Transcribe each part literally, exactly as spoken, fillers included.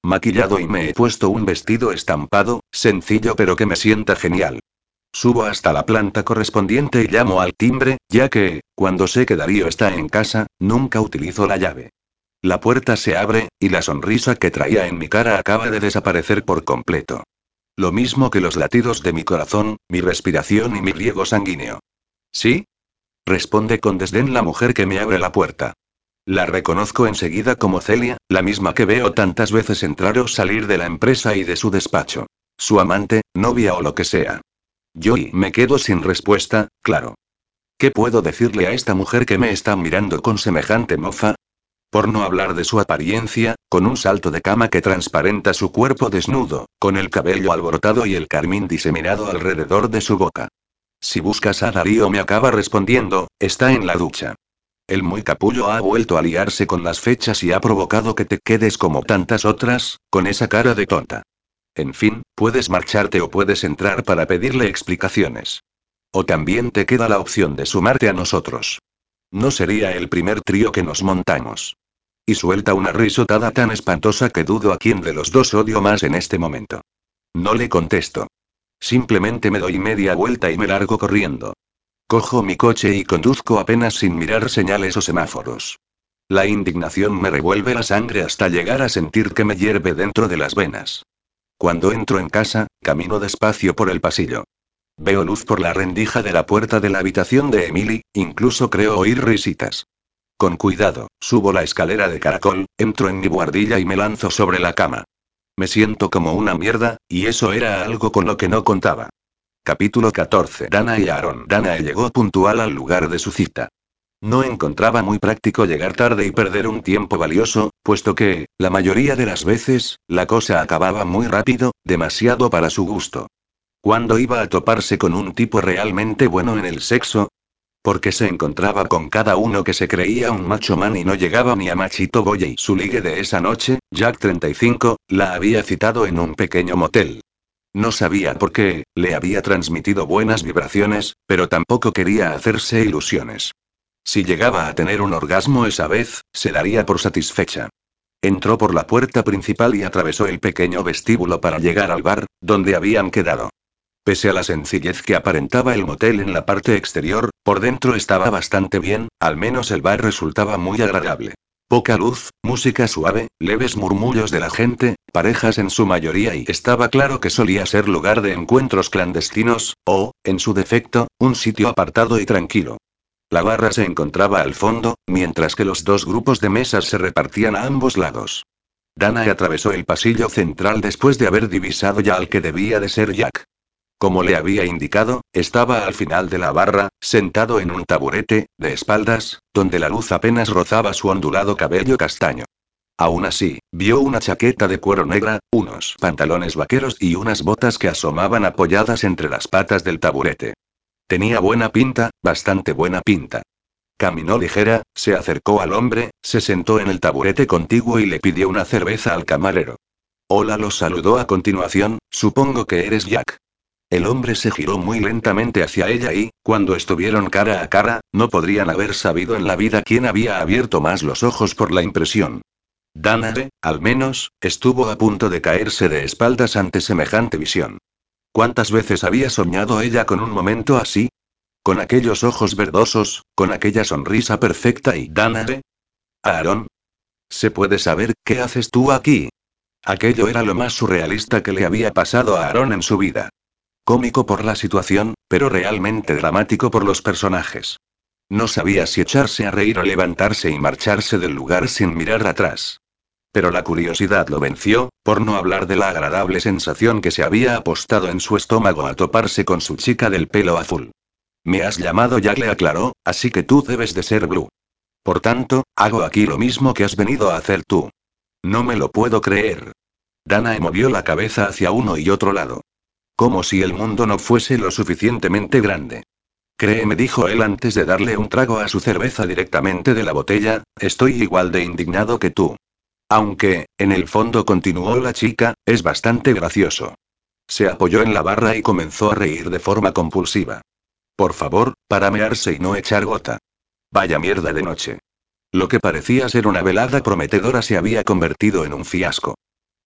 maquillado y me he puesto un vestido estampado, sencillo pero que me sienta genial. Subo hasta la planta correspondiente y llamo al timbre, ya que, cuando sé que Darío está en casa, nunca utilizo la llave. La puerta se abre, y la sonrisa que traía en mi cara acaba de desaparecer por completo. Lo mismo que los latidos de mi corazón, mi respiración y mi riego sanguíneo. ¿Sí? Responde con desdén la mujer que me abre la puerta. La reconozco enseguida como Celia, la misma que veo tantas veces entrar o salir de la empresa y de su despacho. Su amante, novia o lo que sea. Yo y me quedo sin respuesta, claro. ¿Qué puedo decirle a esta mujer que me está mirando con semejante mofa? Por no hablar de su apariencia, con un salto de cama que transparenta su cuerpo desnudo, con el cabello alborotado y el carmín diseminado alrededor de su boca. Si buscas a Darío, me acaba respondiendo, está en la ducha. El muy capullo ha vuelto a liarse con las fechas y ha provocado que te quedes como tantas otras, con esa cara de tonta. En fin, puedes marcharte o puedes entrar para pedirle explicaciones. O también te queda la opción de sumarte a nosotros. No sería el primer trío que nos montamos. Y suelta una risotada tan espantosa que dudo a quién de los dos odio más en este momento. No le contesto. Simplemente me doy media vuelta y me largo corriendo. Cojo mi coche y conduzco apenas sin mirar señales o semáforos. La indignación me revuelve la sangre hasta llegar a sentir que me hierve dentro de las venas. Cuando entro en casa, camino despacio por el pasillo. Veo luz por la rendija de la puerta de la habitación de Emily, incluso creo oír risitas. Con cuidado, subo la escalera de caracol, entro en mi buhardilla y me lanzo sobre la cama. Me siento como una mierda, y eso era algo con lo que no contaba. Capítulo catorce. Dana y Aaron. Danae llegó puntual al lugar de su cita. No encontraba muy práctico llegar tarde y perder un tiempo valioso, puesto que, la mayoría de las veces, la cosa acababa muy rápido, demasiado para su gusto. ¿Cuándo iba a toparse con un tipo realmente bueno en el sexo? Porque se encontraba con cada uno que se creía un macho man y no llegaba ni a Machito Boy. Y su ligue de esa noche, Jack treinta y cinco, la había citado en un pequeño motel. No sabía por qué, le había transmitido buenas vibraciones, pero tampoco quería hacerse ilusiones. Si llegaba a tener un orgasmo esa vez, se daría por satisfecha. Entró por la puerta principal y atravesó el pequeño vestíbulo para llegar al bar, donde habían quedado. Pese a la sencillez que aparentaba el motel en la parte exterior, por dentro estaba bastante bien, al menos el bar resultaba muy agradable. Poca luz, música suave, leves murmullos de la gente, parejas en su mayoría y estaba claro que solía ser lugar de encuentros clandestinos, o, en su defecto, un sitio apartado y tranquilo. La barra se encontraba al fondo, mientras que los dos grupos de mesas se repartían a ambos lados. Dana atravesó el pasillo central después de haber divisado ya al que debía de ser Jack. Como le había indicado, estaba al final de la barra, sentado en un taburete, de espaldas, donde la luz apenas rozaba su ondulado cabello castaño. Aún así, vio una chaqueta de cuero negra, unos pantalones vaqueros y unas botas que asomaban apoyadas entre las patas del taburete. Tenía buena pinta, bastante buena pinta. Caminó ligera, se acercó al hombre, se sentó en el taburete contiguo y le pidió una cerveza al camarero. Hola, lo saludó a continuación, supongo que eres Jack. El hombre se giró muy lentamente hacia ella y, cuando estuvieron cara a cara, no podrían haber sabido en la vida quién había abierto más los ojos por la impresión. Danae, al menos, estuvo a punto de caerse de espaldas ante semejante visión. ¿Cuántas veces había soñado ella con un momento así? Con aquellos ojos verdosos, con aquella sonrisa perfecta y Danae. Aaron. ¿Se puede saber qué haces tú aquí? Aquello era lo más surrealista que le había pasado a Aaron en su vida. Cómico por la situación, pero realmente dramático por los personajes. No sabía si echarse a reír o levantarse y marcharse del lugar sin mirar atrás. Pero la curiosidad lo venció, por no hablar de la agradable sensación que se había apostado en su estómago al toparse con su chica del pelo azul. Me has llamado, ya le aclaró, así que tú debes de ser Blue. Por tanto, hago aquí lo mismo que has venido a hacer tú. No me lo puedo creer. Danae movió la cabeza hacia uno y otro lado. Como si el mundo no fuese lo suficientemente grande. Créeme, dijo él antes de darle un trago a su cerveza directamente de la botella, estoy igual de indignado que tú. Aunque, en el fondo, continuó la chica, es bastante gracioso. Se apoyó en la barra y comenzó a reír de forma compulsiva. Por favor, para mearse y no echar gota. Vaya mierda de noche. Lo que parecía ser una velada prometedora se había convertido en un fiasco.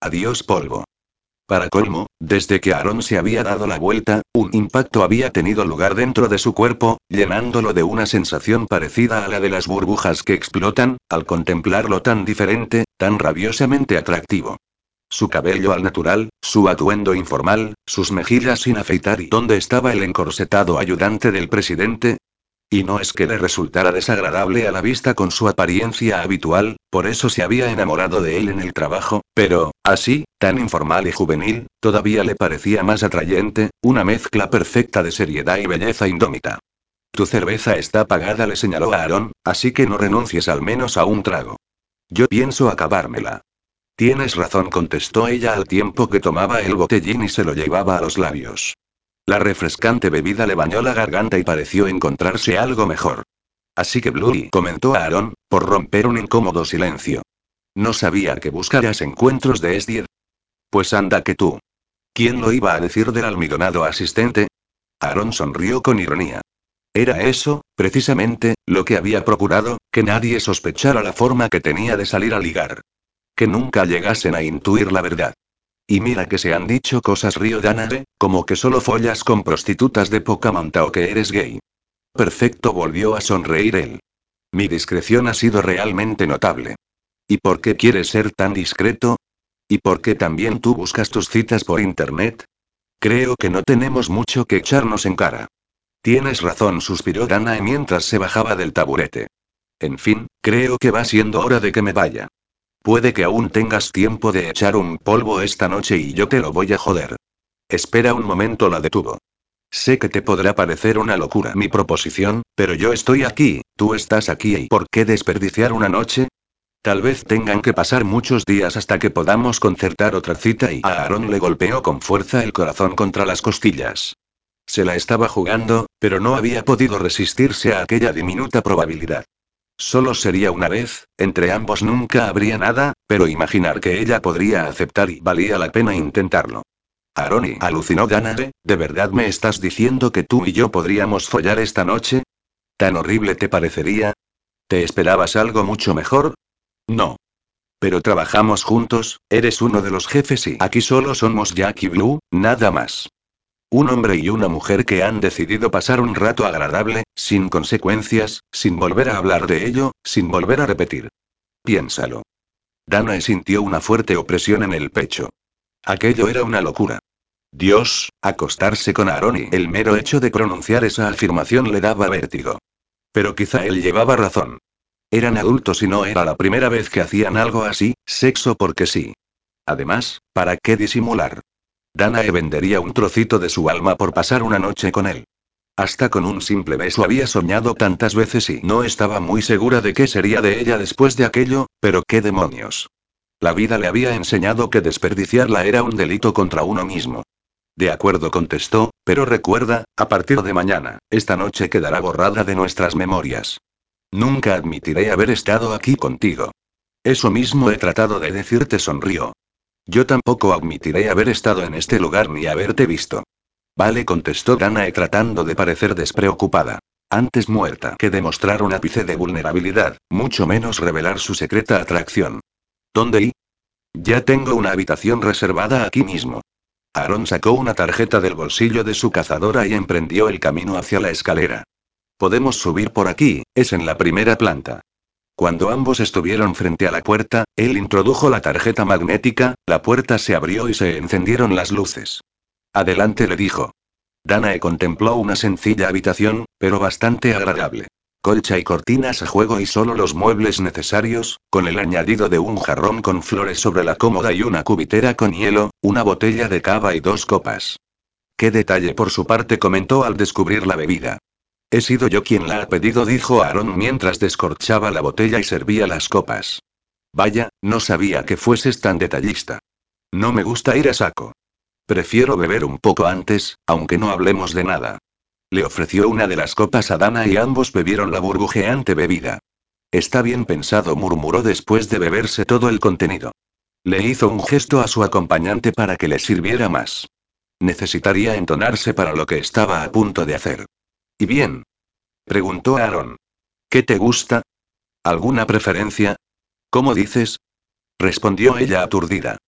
Adiós polvo. Para colmo, desde que Aaron se había dado la vuelta, un impacto había tenido lugar dentro de su cuerpo, llenándolo de una sensación parecida a la de las burbujas que explotan, al contemplarlo tan diferente, tan rabiosamente atractivo. Su cabello al natural, su atuendo informal, sus mejillas sin afeitar y dónde estaba el encorsetado ayudante del presidente. Y no es que le resultara desagradable a la vista con su apariencia habitual, por eso se había enamorado de él en el trabajo, pero, así, tan informal y juvenil, todavía le parecía más atrayente, una mezcla perfecta de seriedad y belleza indómita. Tu cerveza está pagada, le señaló a Aaron, así que no renuncies al menos a un trago. Yo pienso acabármela. Tienes razón, contestó ella al tiempo que tomaba el botellín y se lo llevaba a los labios. La refrescante bebida le bañó la garganta y pareció encontrarse algo mejor. Así que Bluey, comentó Aaron, por romper un incómodo silencio. No sabía que buscaras encuentros de Esdier. Pues anda que tú. ¿Quién lo iba a decir del almidonado asistente? Aaron sonrió con ironía. Era eso, precisamente, lo que había procurado, que nadie sospechara la forma que tenía de salir a ligar. Que nunca llegasen a intuir la verdad. Y mira que se han dicho cosas, río Danae, como que solo follas con prostitutas de poca monta o que eres gay. Perfecto, volvió a sonreír él. Mi discreción ha sido realmente notable. ¿Y por qué quieres ser tan discreto? ¿Y por qué también tú buscas tus citas por internet? Creo que no tenemos mucho que echarnos en cara. Tienes razón, suspiró Danae mientras se bajaba del taburete. En fin, creo que va siendo hora de que me vaya. Puede que aún tengas tiempo de echar un polvo esta noche y yo te lo voy a joder. Espera un momento, la detuvo. Sé que te podrá parecer una locura mi proposición, pero yo estoy aquí, tú estás aquí y ¿por qué desperdiciar una noche? Tal vez tengan que pasar muchos días hasta que podamos concertar otra cita y a Aaron le golpeó con fuerza el corazón contra las costillas. Se la estaba jugando, pero no había podido resistirse a aquella diminuta probabilidad. Solo sería una vez, entre ambos nunca habría nada, pero imaginar que ella podría aceptar y valía la pena intentarlo. Aroni, alucinó Danae, ¿de verdad me estás diciendo que tú y yo podríamos follar esta noche? ¿Tan horrible te parecería? ¿Te esperabas algo mucho mejor? No. Pero trabajamos juntos, eres uno de los jefes y aquí solo somos Jack y Blue, nada más. Un hombre y una mujer que han decidido pasar un rato agradable, sin consecuencias, sin volver a hablar de ello, sin volver a repetir. Piénsalo. Danae sintió una fuerte opresión en el pecho. Aquello era una locura. Dios, acostarse con Aaron y el mero hecho de pronunciar esa afirmación le daba vértigo. Pero quizá él llevaba razón. Eran adultos y no era la primera vez que hacían algo así, sexo porque sí. Además, ¿para qué disimular? Danae vendería un trocito de su alma por pasar una noche con él. Hasta con un simple beso había soñado tantas veces y no estaba muy segura de qué sería de ella después de aquello, pero qué demonios. La vida le había enseñado que desperdiciarla era un delito contra uno mismo. De acuerdo, contestó, pero recuerda, a partir de mañana, esta noche quedará borrada de nuestras memorias. Nunca admitiré haber estado aquí contigo. Eso mismo he tratado de decirte, sonrió. Yo tampoco admitiré haber estado en este lugar ni haberte visto. Vale, contestó Danae tratando de parecer despreocupada. Antes muerta que demostrar un ápice de vulnerabilidad, mucho menos revelar su secreta atracción. ¿Dónde y? Ya tengo una habitación reservada aquí mismo. Aaron sacó una tarjeta del bolsillo de su cazadora y emprendió el camino hacia la escalera. Podemos subir por aquí, es en la primera planta. Cuando ambos estuvieron frente a la puerta, él introdujo la tarjeta magnética, la puerta se abrió y se encendieron las luces. Adelante, le dijo. Danae contempló una sencilla habitación, pero bastante agradable. Colcha y cortinas a juego y solo los muebles necesarios, con el añadido de un jarrón con flores sobre la cómoda y una cubitera con hielo, una botella de cava y dos copas. Qué detalle por su parte, comentó al descubrir la bebida. He sido yo quien la ha pedido, dijo Aaron mientras descorchaba la botella y servía las copas. Vaya, no sabía que fueses tan detallista. No me gusta ir a saco. Prefiero beber un poco antes, aunque no hablemos de nada. Le ofreció una de las copas a Dana y ambos bebieron la burbujeante bebida. Está bien pensado, murmuró después de beberse todo el contenido. Le hizo un gesto a su acompañante para que le sirviera más. Necesitaría entonarse para lo que estaba a punto de hacer. ¿Y bien? Preguntó Aaron. ¿Qué te gusta? ¿Alguna preferencia? ¿Cómo dices? Respondió ella aturdida.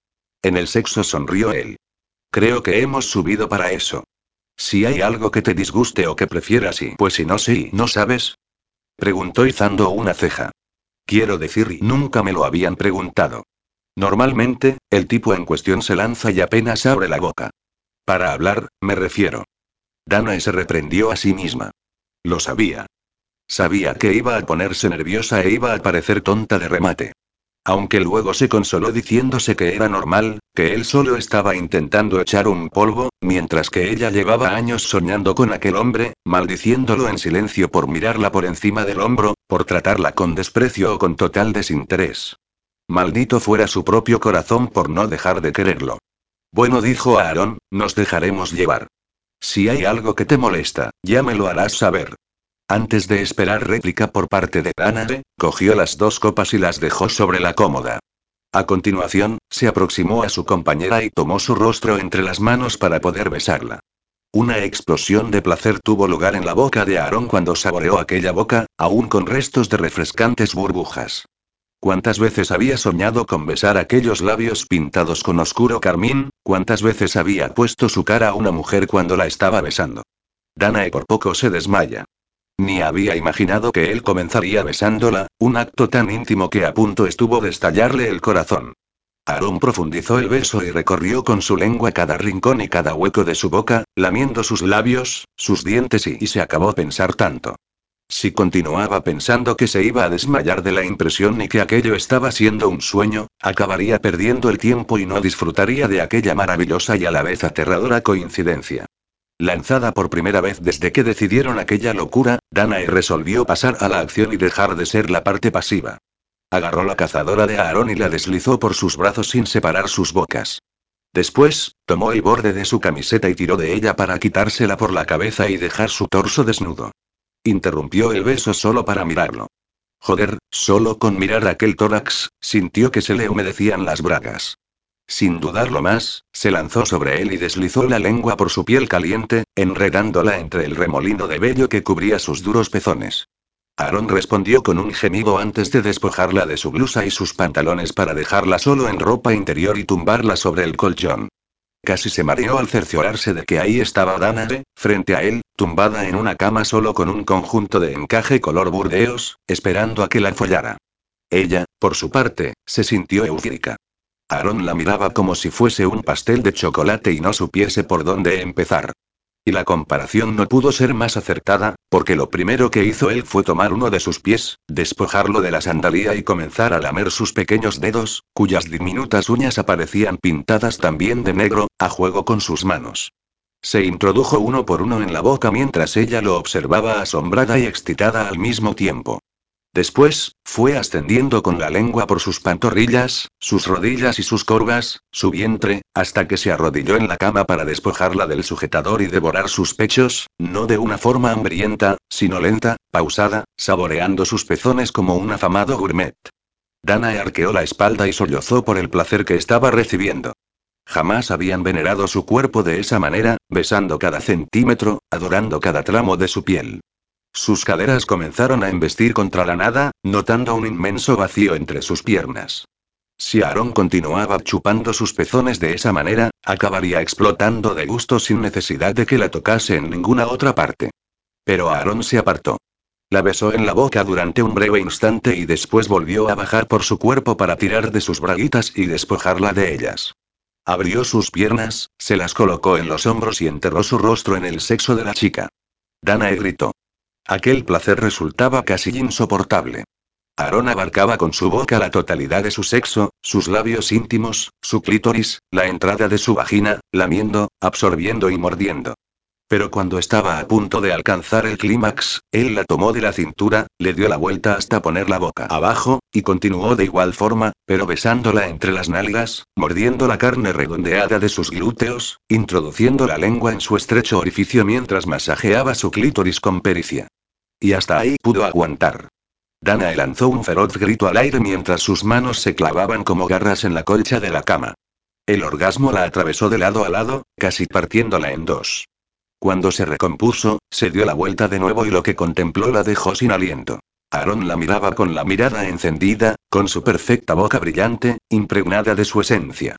En el sexo, sonrió él. Creo que hemos subido para eso. Si hay algo que te disguste o que prefieras y pues si no sí, ¿no sabes? Preguntó izando una ceja. Quiero decir, y nunca me lo habían preguntado. Normalmente, el tipo en cuestión se lanza y apenas abre la boca. Para hablar, me refiero. Danae se reprendió a sí misma. Lo sabía. Sabía que iba a ponerse nerviosa e iba a parecer tonta de remate. Aunque luego se consoló diciéndose que era normal, que él solo estaba intentando echar un polvo, mientras que ella llevaba años soñando con aquel hombre, maldiciéndolo en silencio por mirarla por encima del hombro, por tratarla con desprecio o con total desinterés. Maldito fuera su propio corazón por no dejar de quererlo. Bueno, dijo Aarón, nos dejaremos llevar. Si hay algo que te molesta, ya me lo harás saber. Antes de esperar réplica por parte de Danae, cogió las dos copas y las dejó sobre la cómoda. A continuación, se aproximó a su compañera y tomó su rostro entre las manos para poder besarla. Una explosión de placer tuvo lugar en la boca de Aarón cuando saboreó aquella boca, aún con restos de refrescantes burbujas. ¿Cuántas veces había soñado con besar aquellos labios pintados con oscuro carmín? ¿Cuántas veces había puesto su cara a una mujer cuando la estaba besando? Danae por poco se desmaya. Ni había imaginado que él comenzaría besándola, un acto tan íntimo que a punto estuvo de estallarle el corazón. Aarón profundizó el beso y recorrió con su lengua cada rincón y cada hueco de su boca, lamiendo sus labios, sus dientes y, y se acabó pensar tanto. Si continuaba pensando que se iba a desmayar de la impresión y que aquello estaba siendo un sueño, acabaría perdiendo el tiempo y no disfrutaría de aquella maravillosa y a la vez aterradora coincidencia. Lanzada por primera vez desde que decidieron aquella locura, Danae resolvió pasar a la acción y dejar de ser la parte pasiva. Agarró la cazadora de Aarón y la deslizó por sus brazos sin separar sus bocas. Después, tomó el borde de su camiseta y tiró de ella para quitársela por la cabeza y dejar su torso desnudo. Interrumpió el beso solo para mirarlo. Joder, solo con mirar aquel tórax, sintió que se le humedecían las bragas. Sin dudarlo más, se lanzó sobre él y deslizó la lengua por su piel caliente, enredándola entre el remolino de vello que cubría sus duros pezones. Aarón respondió con un gemido antes de despojarla de su blusa y sus pantalones para dejarla solo en ropa interior y tumbarla sobre el colchón. Casi se mareó al cerciorarse de que ahí estaba Danae, frente a él, tumbada en una cama solo con un conjunto de encaje color burdeos, esperando a que la follara. Ella, por su parte, se sintió eufórica. Aarón la miraba como si fuese un pastel de chocolate y no supiese por dónde empezar. Y la comparación no pudo ser más acertada, porque lo primero que hizo él fue tomar uno de sus pies, despojarlo de la sandalía y comenzar a lamer sus pequeños dedos, cuyas diminutas uñas aparecían pintadas también de negro, a juego con sus manos. Se introdujo uno por uno en la boca mientras ella lo observaba asombrada y excitada al mismo tiempo. Después, fue ascendiendo con la lengua por sus pantorrillas, sus rodillas y sus corvas, su vientre, hasta que se arrodilló en la cama para despojarla del sujetador y devorar sus pechos, no de una forma hambrienta, sino lenta, pausada, saboreando sus pezones como un afamado gourmet. Danae arqueó la espalda y sollozó por el placer que estaba recibiendo. Jamás habían venerado su cuerpo de esa manera, besando cada centímetro, adorando cada tramo de su piel. Sus caderas comenzaron a embestir contra la nada, notando un inmenso vacío entre sus piernas. Si Aarón continuaba chupando sus pezones de esa manera, acabaría explotando de gusto sin necesidad de que la tocase en ninguna otra parte. Pero Aarón se apartó. La besó en la boca durante un breve instante y después volvió a bajar por su cuerpo para tirar de sus braguitas y despojarla de ellas. Abrió sus piernas, se las colocó en los hombros y enterró su rostro en el sexo de la chica. Danae gritó. Aquel placer resultaba casi insoportable. Aarón abarcaba con su boca la totalidad de su sexo, sus labios íntimos, su clítoris, la entrada de su vagina, lamiendo, absorbiendo y mordiendo. Pero cuando estaba a punto de alcanzar el clímax, él la tomó de la cintura, le dio la vuelta hasta poner la boca abajo, y continuó de igual forma, pero besándola entre las nalgas, mordiendo la carne redondeada de sus glúteos, introduciendo la lengua en su estrecho orificio mientras masajeaba su clítoris con pericia. Y hasta ahí pudo aguantar. Danae lanzó un feroz grito al aire mientras sus manos se clavaban como garras en la colcha de la cama. El orgasmo la atravesó de lado a lado, casi partiéndola en dos. Cuando se recompuso, se dio la vuelta de nuevo y lo que contempló la dejó sin aliento. Aarón la miraba con la mirada encendida, con su perfecta boca brillante, impregnada de su esencia.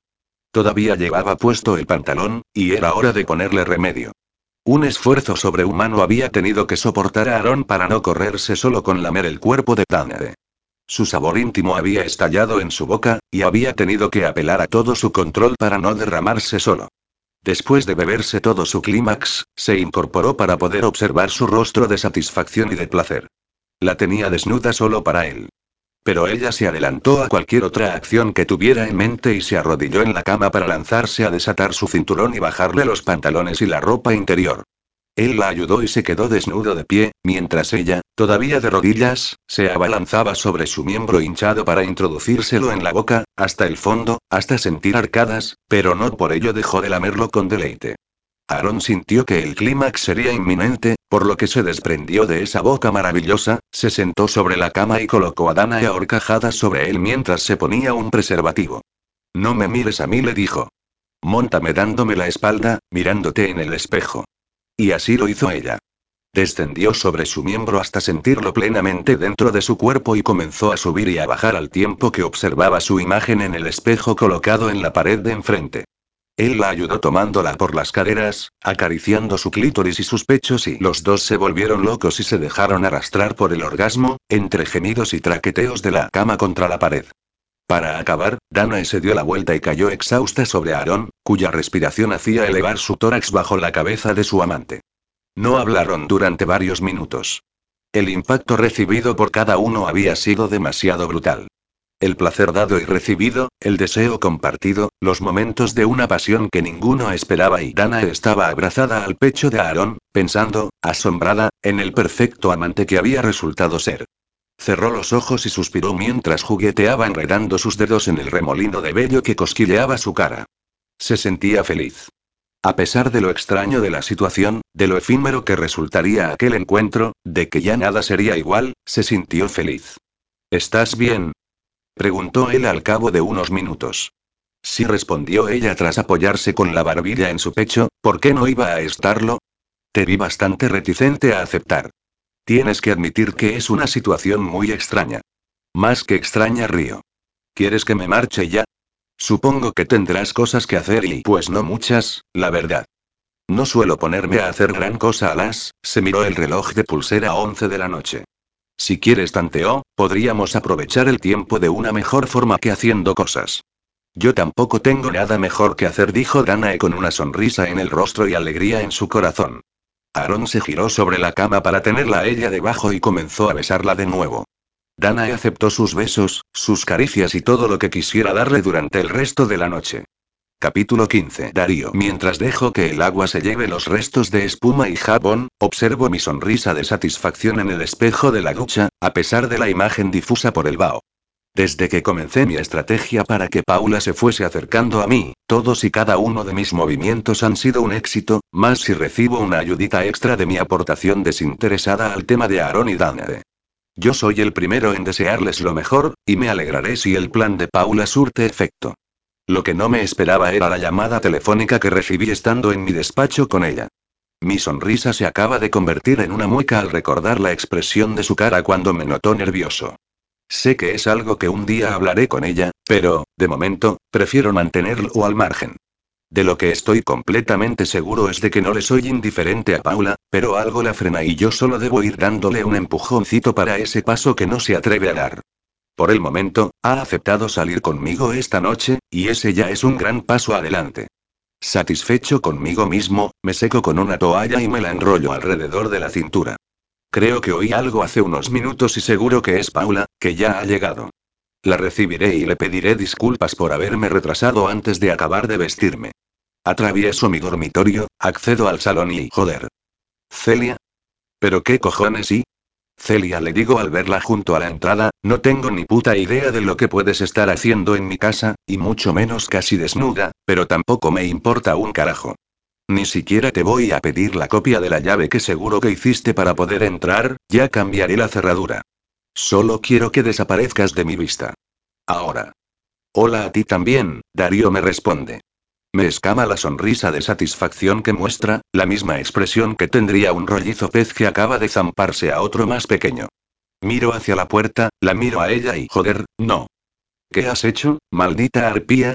Todavía llevaba puesto el pantalón, y era hora de ponerle remedio. Un esfuerzo sobrehumano había tenido que soportar a Aaron para no correrse solo con lamer el cuerpo de Danae. Su sabor íntimo había estallado en su boca, y había tenido que apelar a todo su control para no derramarse solo. Después de beberse todo su clímax, se incorporó para poder observar su rostro de satisfacción y de placer. La tenía desnuda solo para él. Pero ella se adelantó a cualquier otra acción que tuviera en mente y se arrodilló en la cama para lanzarse a desatar su cinturón y bajarle los pantalones y la ropa interior. Él la ayudó y se quedó desnudo de pie, mientras ella, todavía de rodillas, se abalanzaba sobre su miembro hinchado para introducírselo en la boca, hasta el fondo, hasta sentir arcadas, pero no por ello dejó de lamerlo con deleite. Aaron sintió que el clímax sería inminente, por lo que se desprendió de esa boca maravillosa, se sentó sobre la cama y colocó a Danae ahorcajada sobre él mientras se ponía un preservativo. No me mires a mí, le dijo. Móntame dándome la espalda, mirándote en el espejo. Y así lo hizo ella. Descendió sobre su miembro hasta sentirlo plenamente dentro de su cuerpo y comenzó a subir y a bajar al tiempo que observaba su imagen en el espejo colocado en la pared de enfrente. Él la ayudó tomándola por las caderas, acariciando su clítoris y sus pechos y los dos se volvieron locos y se dejaron arrastrar por el orgasmo, entre gemidos y traqueteos de la cama contra la pared. Para acabar, Danae se dio la vuelta y cayó exhausta sobre Aaron, cuya respiración hacía elevar su tórax bajo la cabeza de su amante. No hablaron durante varios minutos. El impacto recibido por cada uno había sido demasiado brutal. El placer dado y recibido, el deseo compartido, los momentos de una pasión que ninguno esperaba y Danae estaba abrazada al pecho de Aaron, pensando, asombrada, en el perfecto amante que había resultado ser. Cerró los ojos y suspiró mientras jugueteaba enredando sus dedos en el remolino de vello que cosquilleaba su cara. Se sentía feliz. A pesar de lo extraño de la situación, de lo efímero que resultaría aquel encuentro, de que ya nada sería igual, se sintió feliz. ¿Estás bien?, preguntó él al cabo de unos minutos. Sí, respondió ella tras apoyarse con la barbilla en su pecho. ¿Por qué no iba a estarlo? Te vi bastante reticente a aceptar. Tienes que admitir que es una situación muy extraña. Más que extraña, río. ¿Quieres que me marche ya? Supongo que tendrás cosas que hacer y pues no muchas, la verdad. No suelo ponerme a hacer gran cosa a las, se miró el reloj de pulsera a once de la noche. Si quieres, tanteó, podríamos aprovechar el tiempo de una mejor forma que haciendo cosas. Yo tampoco tengo nada mejor que hacer, dijo Danae con una sonrisa en el rostro y alegría en su corazón. Aaron se giró sobre la cama para tenerla a ella debajo y comenzó a besarla de nuevo. Danae aceptó sus besos, sus caricias y todo lo que quisiera darle durante el resto de la noche. Capítulo quince. Darío. Mientras dejo que el agua se lleve los restos de espuma y jabón, observo mi sonrisa de satisfacción en el espejo de la ducha, a pesar de la imagen difusa por el vaho. Desde que comencé mi estrategia para que Paula se fuese acercando a mí, todos y cada uno de mis movimientos han sido un éxito, más si recibo una ayudita extra de mi aportación desinteresada al tema de Aaron y Danae. Yo soy el primero en desearles lo mejor, y me alegraré si el plan de Paula surte efecto. Lo que no me esperaba era la llamada telefónica que recibí estando en mi despacho con ella. Mi sonrisa se acaba de convertir en una mueca al recordar la expresión de su cara cuando me notó nervioso. Sé que es algo que un día hablaré con ella, pero, de momento, prefiero mantenerlo al margen. De lo que estoy completamente seguro es de que no le soy indiferente a Paula, pero algo la frena y yo solo debo ir dándole un empujoncito para ese paso que no se atreve a dar. Por el momento, ha aceptado salir conmigo esta noche, y ese ya es un gran paso adelante. Satisfecho conmigo mismo, me seco con una toalla y me la enrollo alrededor de la cintura. Creo que oí algo hace unos minutos y seguro que es Paula, que ya ha llegado. La recibiré y le pediré disculpas por haberme retrasado antes de acabar de vestirme. Atravieso mi dormitorio, accedo al salón y joder. ¿Celia? ¿Pero qué cojones y? Celia, le digo al verla junto a la entrada, no tengo ni puta idea de lo que puedes estar haciendo en mi casa, y mucho menos casi desnuda, pero tampoco me importa un carajo. Ni siquiera te voy a pedir la copia de la llave que seguro que hiciste para poder entrar, ya cambiaré la cerradura. Solo quiero que desaparezcas de mi vista. Ahora. Hola, a ti también, Darío me responde. Me escama la sonrisa de satisfacción que muestra, la misma expresión que tendría un rollizo pez que acaba de zamparse a otro más pequeño. Miro hacia la puerta, la miro a ella y joder, no. ¿Qué has hecho, maldita arpía?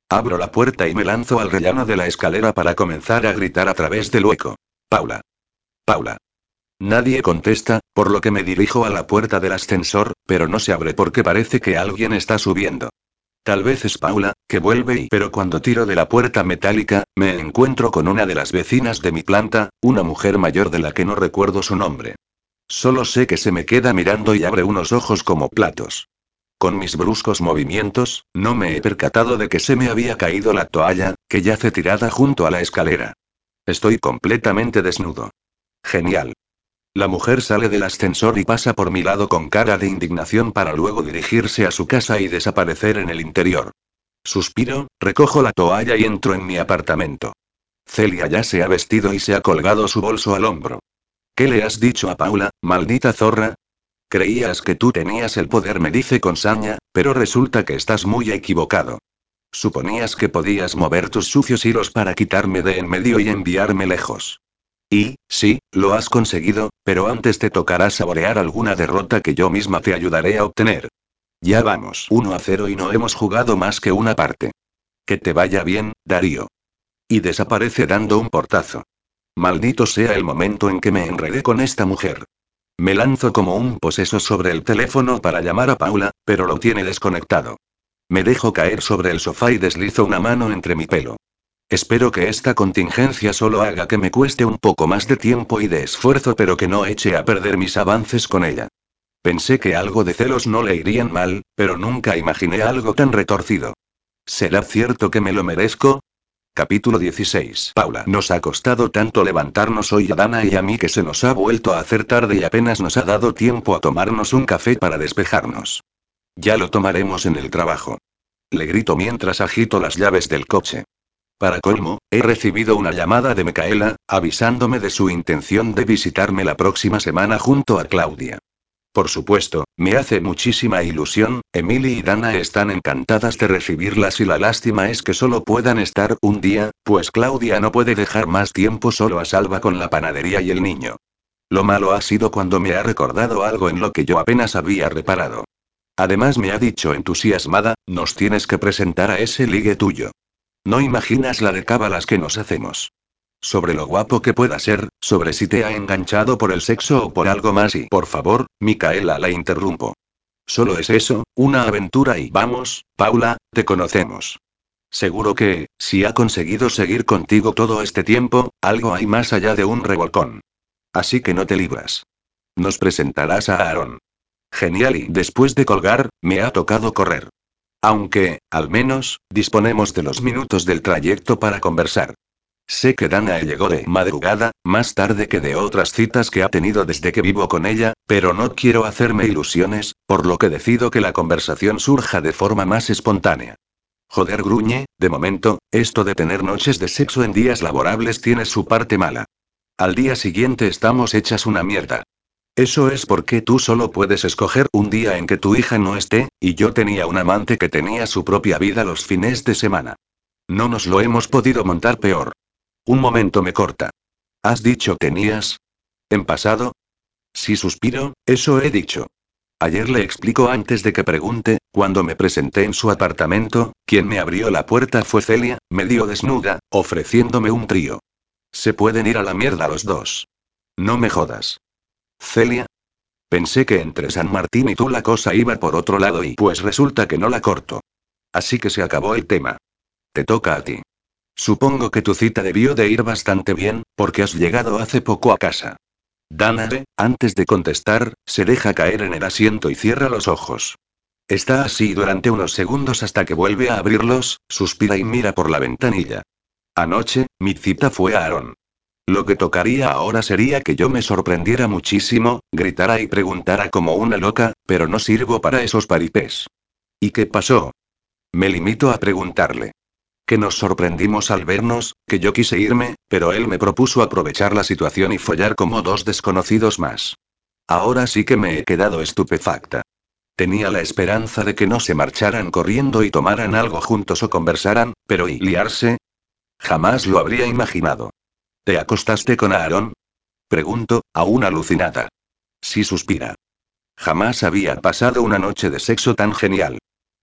Abro la puerta y me lanzo al rellano de la escalera para comenzar a gritar a través del hueco. Paula. Paula. Nadie contesta, por lo que me dirijo a la puerta del ascensor, pero no se abre porque parece que alguien está subiendo. Tal vez es Paula, que vuelve y pero cuando tiro de la puerta metálica, me encuentro con una de las vecinas de mi planta, una mujer mayor de la que no recuerdo su nombre. Solo sé que se me queda mirando y abre unos ojos como platos. Con mis bruscos movimientos, no me he percatado de que se me había caído la toalla, que yace tirada junto a la escalera. Estoy completamente desnudo. Genial. La mujer sale del ascensor y pasa por mi lado con cara de indignación para luego dirigirse a su casa y desaparecer en el interior. Suspiro, recojo la toalla y entro en mi apartamento. Celia ya se ha vestido y se ha colgado su bolso al hombro. ¿Qué le has dicho a Paula, maldita zorra? Creías que tú tenías el poder, me dice con saña, pero resulta que estás muy equivocado. Suponías que podías mover tus sucios hilos para quitarme de en medio y enviarme lejos. Y, sí, lo has conseguido, pero antes te tocará saborear alguna derrota que yo misma te ayudaré a obtener. Ya vamos uno a cero y no hemos jugado más que una parte. Que te vaya bien, Darío. Y desaparece dando un portazo. Maldito sea el momento en que me enredé con esta mujer. Me lanzo como un poseso sobre el teléfono para llamar a Paula, pero lo tiene desconectado. Me dejo caer sobre el sofá y deslizo una mano entre mi pelo. Espero que esta contingencia solo haga que me cueste un poco más de tiempo y de esfuerzo, pero que no eche a perder mis avances con ella. Pensé que algo de celos no le irían mal, pero nunca imaginé algo tan retorcido. ¿Será cierto que me lo merezco? Capítulo dieciséis. Paula. Nos ha costado tanto levantarnos hoy a Dana y a mí que se nos ha vuelto a hacer tarde y apenas nos ha dado tiempo a tomarnos un café para despejarnos. Ya lo tomaremos en el trabajo. Le grito mientras agito las llaves del coche. Para colmo, he recibido una llamada de Micaela, avisándome de su intención de visitarme la próxima semana junto a Claudia. Por supuesto, me hace muchísima ilusión, Emily y Dana están encantadas de recibirlas y la lástima es que solo puedan estar un día, pues Claudia no puede dejar más tiempo solo a Salva con la panadería y el niño. Lo malo ha sido cuando me ha recordado algo en lo que yo apenas había reparado. Además me ha dicho entusiasmada, nos tienes que presentar a ese ligue tuyo. No imaginas la de cábalas que nos hacemos. Sobre lo guapo que pueda ser, sobre si te ha enganchado por el sexo o por algo más y, por favor, Micaela, la interrumpo. Solo es eso, una aventura y vamos, Paula, te conocemos. Seguro que, si ha conseguido seguir contigo todo este tiempo, algo hay más allá de un revolcón. Así que no te libras. Nos presentarás a Aaron. Genial, y después de colgar, me ha tocado correr. Aunque, al menos, disponemos de los minutos del trayecto para conversar. Sé que Dana llegó de madrugada, más tarde que de otras citas que ha tenido desde que vivo con ella, pero no quiero hacerme ilusiones, por lo que decido que la conversación surja de forma más espontánea. Joder, gruñe, de momento, esto de tener noches de sexo en días laborables tiene su parte mala. Al día siguiente estamos hechas una mierda. Eso es porque tú solo puedes escoger un día en que tu hija no esté, y yo tenía un amante que tenía su propia vida los fines de semana. No nos lo hemos podido montar peor. Un momento, me corta. ¿Has dicho tenías? ¿En pasado? Sí, suspiro, eso he dicho. Ayer le explico antes de que pregunte, cuando me presenté en su apartamento, quien me abrió la puerta fue Celia, medio desnuda, ofreciéndome un trío. Se pueden ir a la mierda los dos. No me jodas. Celia. Pensé que entre San Martín y tú la cosa iba por otro lado y pues resulta que no la corto. Así que se acabó el tema. Te toca a ti. Supongo que tu cita debió de ir bastante bien, porque has llegado hace poco a casa. Dana, antes de contestar, se deja caer en el asiento y cierra los ojos. Está así durante unos segundos hasta que vuelve a abrirlos, suspira y mira por la ventanilla. Anoche, mi cita fue a Aaron. Lo que tocaría ahora sería que yo me sorprendiera muchísimo, gritara y preguntara como una loca, pero no sirvo para esos paripés. ¿Y qué pasó? Me limito a preguntarle. Que nos sorprendimos al vernos, que yo quise irme, pero él me propuso aprovechar la situación y follar como dos desconocidos más. Ahora sí que me he quedado estupefacta. Tenía la esperanza de que no se marcharan corriendo y tomaran algo juntos o conversaran, pero ¿y liarse? Jamás lo habría imaginado. ¿Te acostaste con Aaron? Pregunto, aún alucinada. Sí, suspira. Jamás había pasado una noche de sexo tan genial.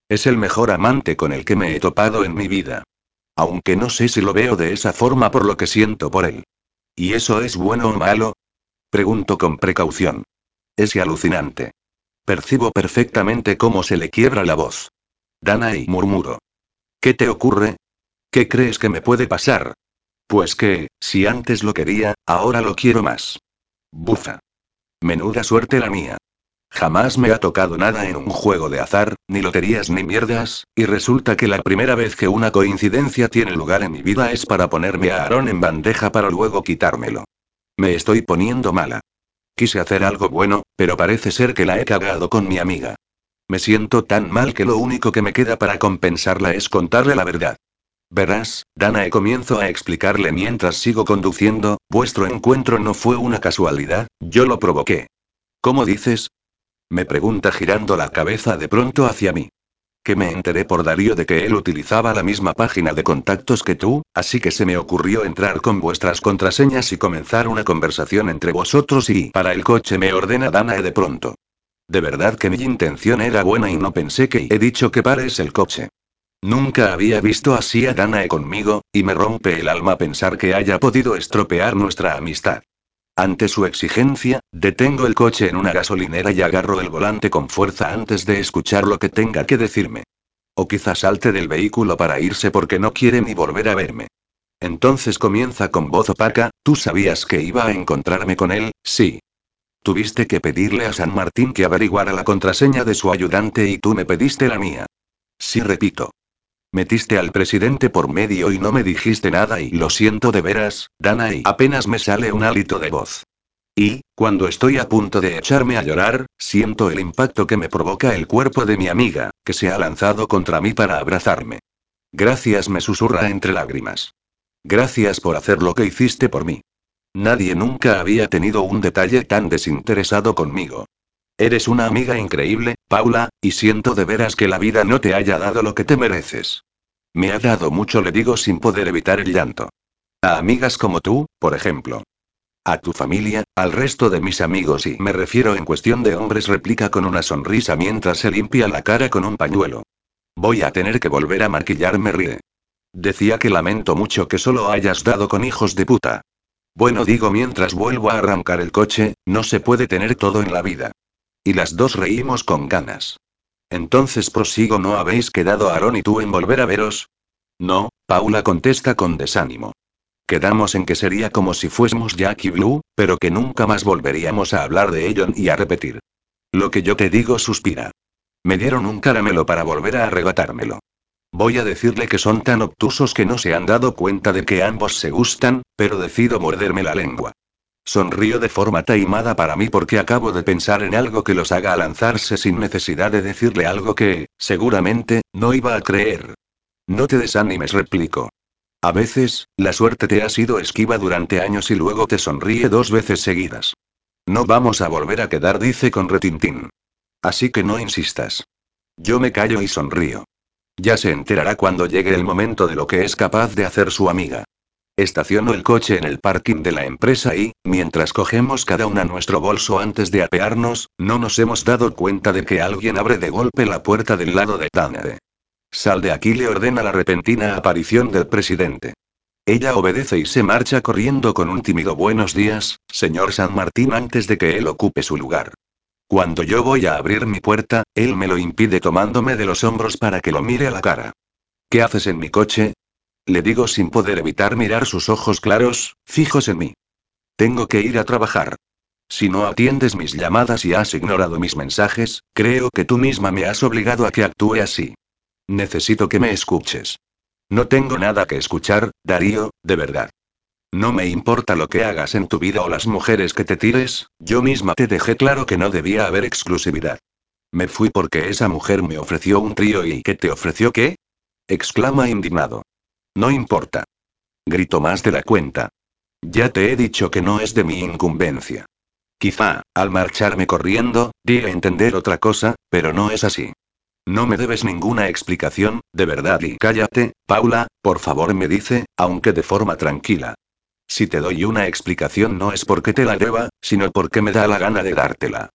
Es el mejor amante con el que me he topado en mi vida. Aunque no sé si lo veo de esa forma por lo que siento por él. ¿Y eso es bueno o malo? Pregunto con precaución. Es alucinante. Percibo perfectamente cómo se le quiebra la voz. Danae, murmuró. ¿Qué te ocurre? ¿Qué crees que me puede pasar? Pues que, si antes lo quería, ahora lo quiero más. Bufa. Menuda suerte la mía. Jamás me ha tocado nada en un juego de azar, ni loterías ni mierdas, y resulta que la primera vez que una coincidencia tiene lugar en mi vida es para ponerme a Aarón en bandeja para luego quitármelo. Me estoy poniendo mala. Quise hacer algo bueno, pero parece ser que la he cagado con mi amiga. Me siento tan mal que lo único que me queda para compensarla es contarle la verdad. Verás, Danae, comienzo a explicarle mientras sigo conduciendo, vuestro encuentro no fue una casualidad, yo lo provoqué. ¿Cómo dices? Me pregunta girando la cabeza de pronto hacia mí. Que me enteré por Darío de que él utilizaba la misma página de contactos que tú, así que se me ocurrió entrar con vuestras contraseñas y comenzar una conversación entre vosotros y para el coche, me ordena Danae de pronto. De verdad que mi intención era buena y no pensé que he dicho que pares el coche. Nunca había visto así a Danae conmigo, y me rompe el alma pensar que haya podido estropear nuestra amistad. Ante su exigencia, detengo el coche en una gasolinera y agarro el volante con fuerza antes de escuchar lo que tenga que decirme. O quizás salte del vehículo para irse porque no quiere ni volver a verme. Entonces comienza con voz opaca, ¿tú sabías que iba a encontrarme con él? Sí. Tuviste que pedirle a San Martín que averiguara la contraseña de su ayudante y tú me pediste la mía. Sí, repito. Metiste al presidente por medio y no me dijiste nada y lo siento de veras, Dana, y apenas me sale un hálito de voz. Y, cuando estoy a punto de echarme a llorar, siento el impacto que me provoca el cuerpo de mi amiga, que se ha lanzado contra mí para abrazarme. Gracias, me susurra entre lágrimas. Gracias por hacer lo que hiciste por mí. Nadie nunca había tenido un detalle tan desinteresado conmigo. Eres una amiga increíble, Paula, y siento de veras que la vida no te haya dado lo que te mereces. Me ha dado mucho, le digo sin poder evitar el llanto. A amigas como tú, por ejemplo. A tu familia, al resto de mis amigos, y me refiero en cuestión de hombres, replica con una sonrisa mientras se limpia la cara con un pañuelo. Voy a tener que volver a maquillarme, ríe. Decía que lamento mucho que solo hayas dado con hijos de puta. Bueno, digo mientras vuelvo a arrancar el coche, no se puede tener todo en la vida. Y las dos reímos con ganas. Entonces prosigo, ¿no habéis quedado Aarón y tú en volver a veros? No, Paula contesta con desánimo. Quedamos en que sería como si fuésemos Jack y Blue, pero que nunca más volveríamos a hablar de ello y a repetir. Lo que yo te digo, suspira. Me dieron un caramelo para volver a arrebatármelo. Voy a decirle que son tan obtusos que no se han dado cuenta de que ambos se gustan, pero decido morderme la lengua. Sonrío de forma taimada para mí porque acabo de pensar en algo que los haga lanzarse sin necesidad de decirle algo que, seguramente, no iba a creer. No te desanimes, replico. A veces, la suerte te ha sido esquiva durante años y luego te sonríe dos veces seguidas. No vamos a volver a quedar, dice con retintín. Así que no insistas. Yo me callo y sonrío. Ya se enterará cuando llegue el momento de lo que es capaz de hacer su amiga. Estaciono el coche en el parking de la empresa y, mientras cogemos cada una nuestro bolso antes de apearnos, no nos hemos dado cuenta de que alguien abre de golpe la puerta del lado de Danae. Sal de aquí, le ordena la repentina aparición del presidente. Ella obedece y se marcha corriendo con un tímido buenos días, señor San Martín, antes de que él ocupe su lugar. Cuando yo voy a abrir mi puerta, él me lo impide tomándome de los hombros para que lo mire a la cara. ¿Qué haces en mi coche? Le digo sin poder evitar mirar sus ojos claros, fijos en mí. Tengo que ir a trabajar. Si no atiendes mis llamadas y has ignorado mis mensajes, creo que tú misma me has obligado a que actúe así. Necesito que me escuches. No tengo nada que escuchar, Darío, de verdad. No me importa lo que hagas en tu vida o las mujeres que te tires, yo misma te dejé claro que no debía haber exclusividad. Me fui porque esa mujer me ofreció un trío. ¿Y qué te ofreció qué? Exclama indignado. No importa. Grito más de la cuenta. Ya te he dicho que no es de mi incumbencia. Quizá, al marcharme corriendo, di a entender otra cosa, pero no es así. No me debes ninguna explicación, de verdad, y cállate, Paula, por favor, me dice, aunque de forma tranquila. Si te doy una explicación no es porque te la deba, sino porque me da la gana de dártela.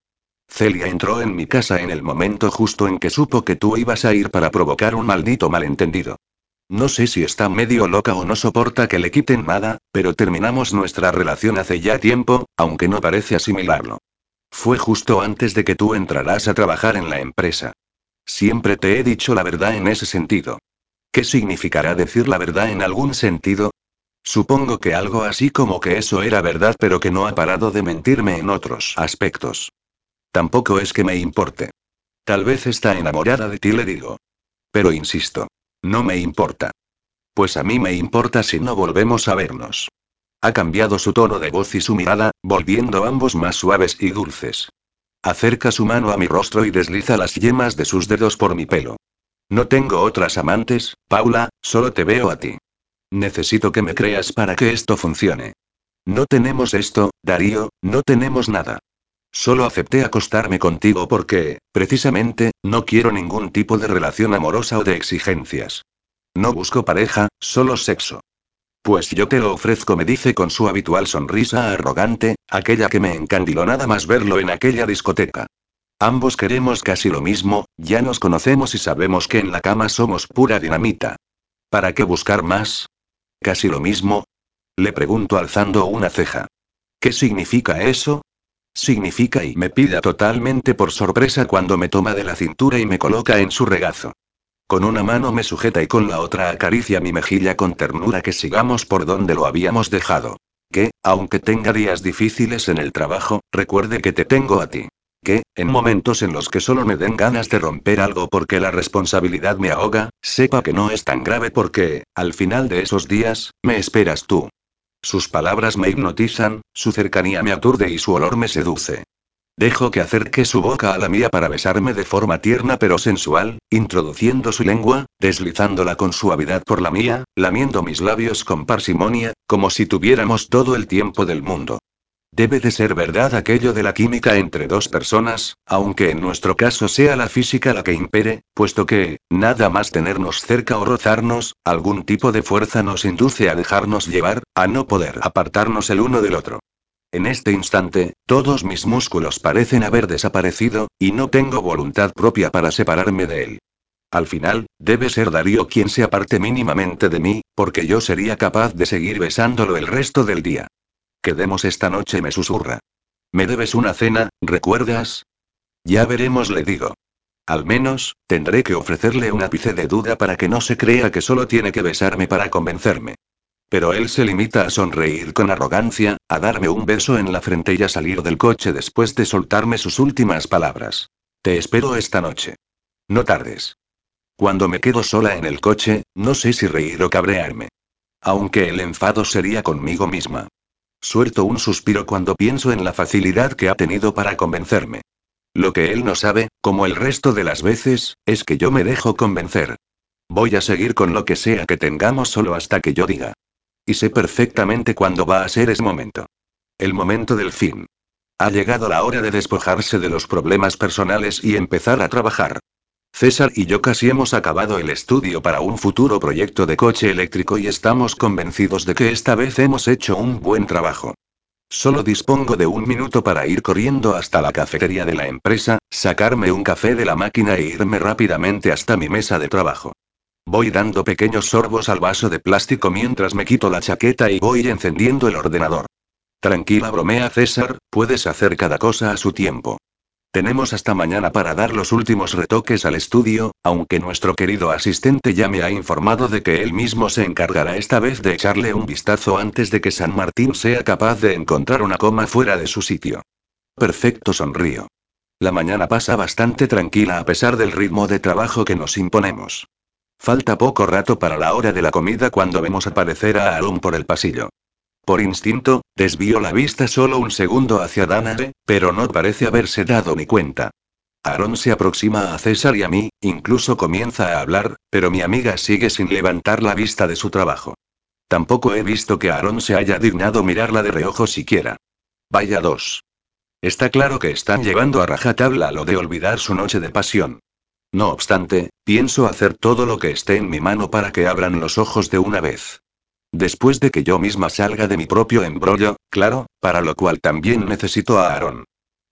Celia entró en mi casa en el momento justo en que supo que tú ibas a ir para provocar un maldito malentendido. No sé si está medio loca o no soporta que le quiten nada, pero terminamos nuestra relación hace ya tiempo, aunque no parece asimilarlo. Fue justo antes de que tú entraras a trabajar en la empresa. Siempre te he dicho la verdad en ese sentido. ¿Qué significará decir la verdad en algún sentido? Supongo que algo así como que eso era verdad, pero que no ha parado de mentirme en otros aspectos. Tampoco es que me importe. Tal vez está enamorada de ti, le digo. Pero insisto. No me importa. Pues a mí me importa si no volvemos a vernos. Ha cambiado su tono de voz y su mirada, volviendo ambos más suaves y dulces. Acerca su mano a mi rostro y desliza las yemas de sus dedos por mi pelo. No tengo otras amantes, Paula, solo te veo a ti. Necesito que me creas para que esto funcione. No tenemos esto, Darío, no tenemos nada. Solo acepté acostarme contigo porque, precisamente, no quiero ningún tipo de relación amorosa o de exigencias. No busco pareja, solo sexo. Pues yo te lo ofrezco, me dice con su habitual sonrisa arrogante, aquella que me encandiló nada más verlo en aquella discoteca. Ambos queremos casi lo mismo, ya nos conocemos y sabemos que en la cama somos pura dinamita. ¿Para qué buscar más? ¿Casi lo mismo? Le pregunto alzando una ceja. ¿Qué significa eso? Significa y me pilla totalmente por sorpresa cuando me toma de la cintura y me coloca en su regazo. Con una mano me sujeta y con la otra acaricia mi mejilla con ternura, que sigamos por donde lo habíamos dejado. Que, aunque tenga días difíciles en el trabajo, recuerde que te tengo a ti. Que, en momentos en los que solo me den ganas de romper algo porque la responsabilidad me ahoga, sepa que no es tan grave porque, al final de esos días, me esperas tú. Sus palabras me hipnotizan, su cercanía me aturde y su olor me seduce. Dejo que acerque su boca a la mía para besarme de forma tierna pero sensual, introduciendo su lengua, deslizándola con suavidad por la mía, lamiendo mis labios con parsimonia, como si tuviéramos todo el tiempo del mundo. Debe de ser verdad aquello de la química entre dos personas, aunque en nuestro caso sea la física la que impere, puesto que, nada más tenernos cerca o rozarnos, algún tipo de fuerza nos induce a dejarnos llevar, a no poder apartarnos el uno del otro. En este instante, todos mis músculos parecen haber desaparecido, y no tengo voluntad propia para separarme de él. Al final, debe ser Darío quien se aparte mínimamente de mí, porque yo sería capaz de seguir besándolo el resto del día. Quedemos esta noche, me susurra. Me debes una cena, ¿recuerdas? Ya veremos, le digo. Al menos, tendré que ofrecerle un ápice de duda para que no se crea que solo tiene que besarme para convencerme. Pero él se limita a sonreír con arrogancia, a darme un beso en la frente y a salir del coche después de soltarme sus últimas palabras. Te espero esta noche. No tardes. Cuando me quedo sola en el coche, no sé si reír o cabrearme. Aunque el enfado sería conmigo misma. Suelto un suspiro cuando pienso en la facilidad que ha tenido para convencerme. Lo que él no sabe, como el resto de las veces, es que yo me dejo convencer. Voy a seguir con lo que sea que tengamos solo hasta que yo diga. Y sé perfectamente cuándo va a ser ese momento. El momento del fin. Ha llegado la hora de despojarse de los problemas personales y empezar a trabajar. César y yo casi hemos acabado el estudio para un futuro proyecto de coche eléctrico y estamos convencidos de que esta vez hemos hecho un buen trabajo. Solo dispongo de un minuto para ir corriendo hasta la cafetería de la empresa, sacarme un café de la máquina e irme rápidamente hasta mi mesa de trabajo. Voy dando pequeños sorbos al vaso de plástico mientras me quito la chaqueta y voy encendiendo el ordenador. Tranquila, bromea César, puedes hacer cada cosa a su tiempo. Tenemos hasta mañana para dar los últimos retoques al estudio, aunque nuestro querido asistente ya me ha informado de que él mismo se encargará esta vez de echarle un vistazo antes de que San Martín sea capaz de encontrar una coma fuera de su sitio. Perfecto, sonrío. La mañana pasa bastante tranquila a pesar del ritmo de trabajo que nos imponemos. Falta poco rato para la hora de la comida cuando vemos aparecer a Aaron por el pasillo. Por instinto, desvío la vista solo un segundo hacia Danae, pero no parece haberse dado ni cuenta. Aaron se aproxima a César y a mí, incluso comienza a hablar, pero mi amiga sigue sin levantar la vista de su trabajo. Tampoco he visto que Aaron se haya dignado mirarla de reojo siquiera. Vaya dos. Está claro que están llevando a rajatabla lo de olvidar su noche de pasión. No obstante, pienso hacer todo lo que esté en mi mano para que abran los ojos de una vez. Después de que yo misma salga de mi propio embrollo, claro, para lo cual también necesito a Aaron.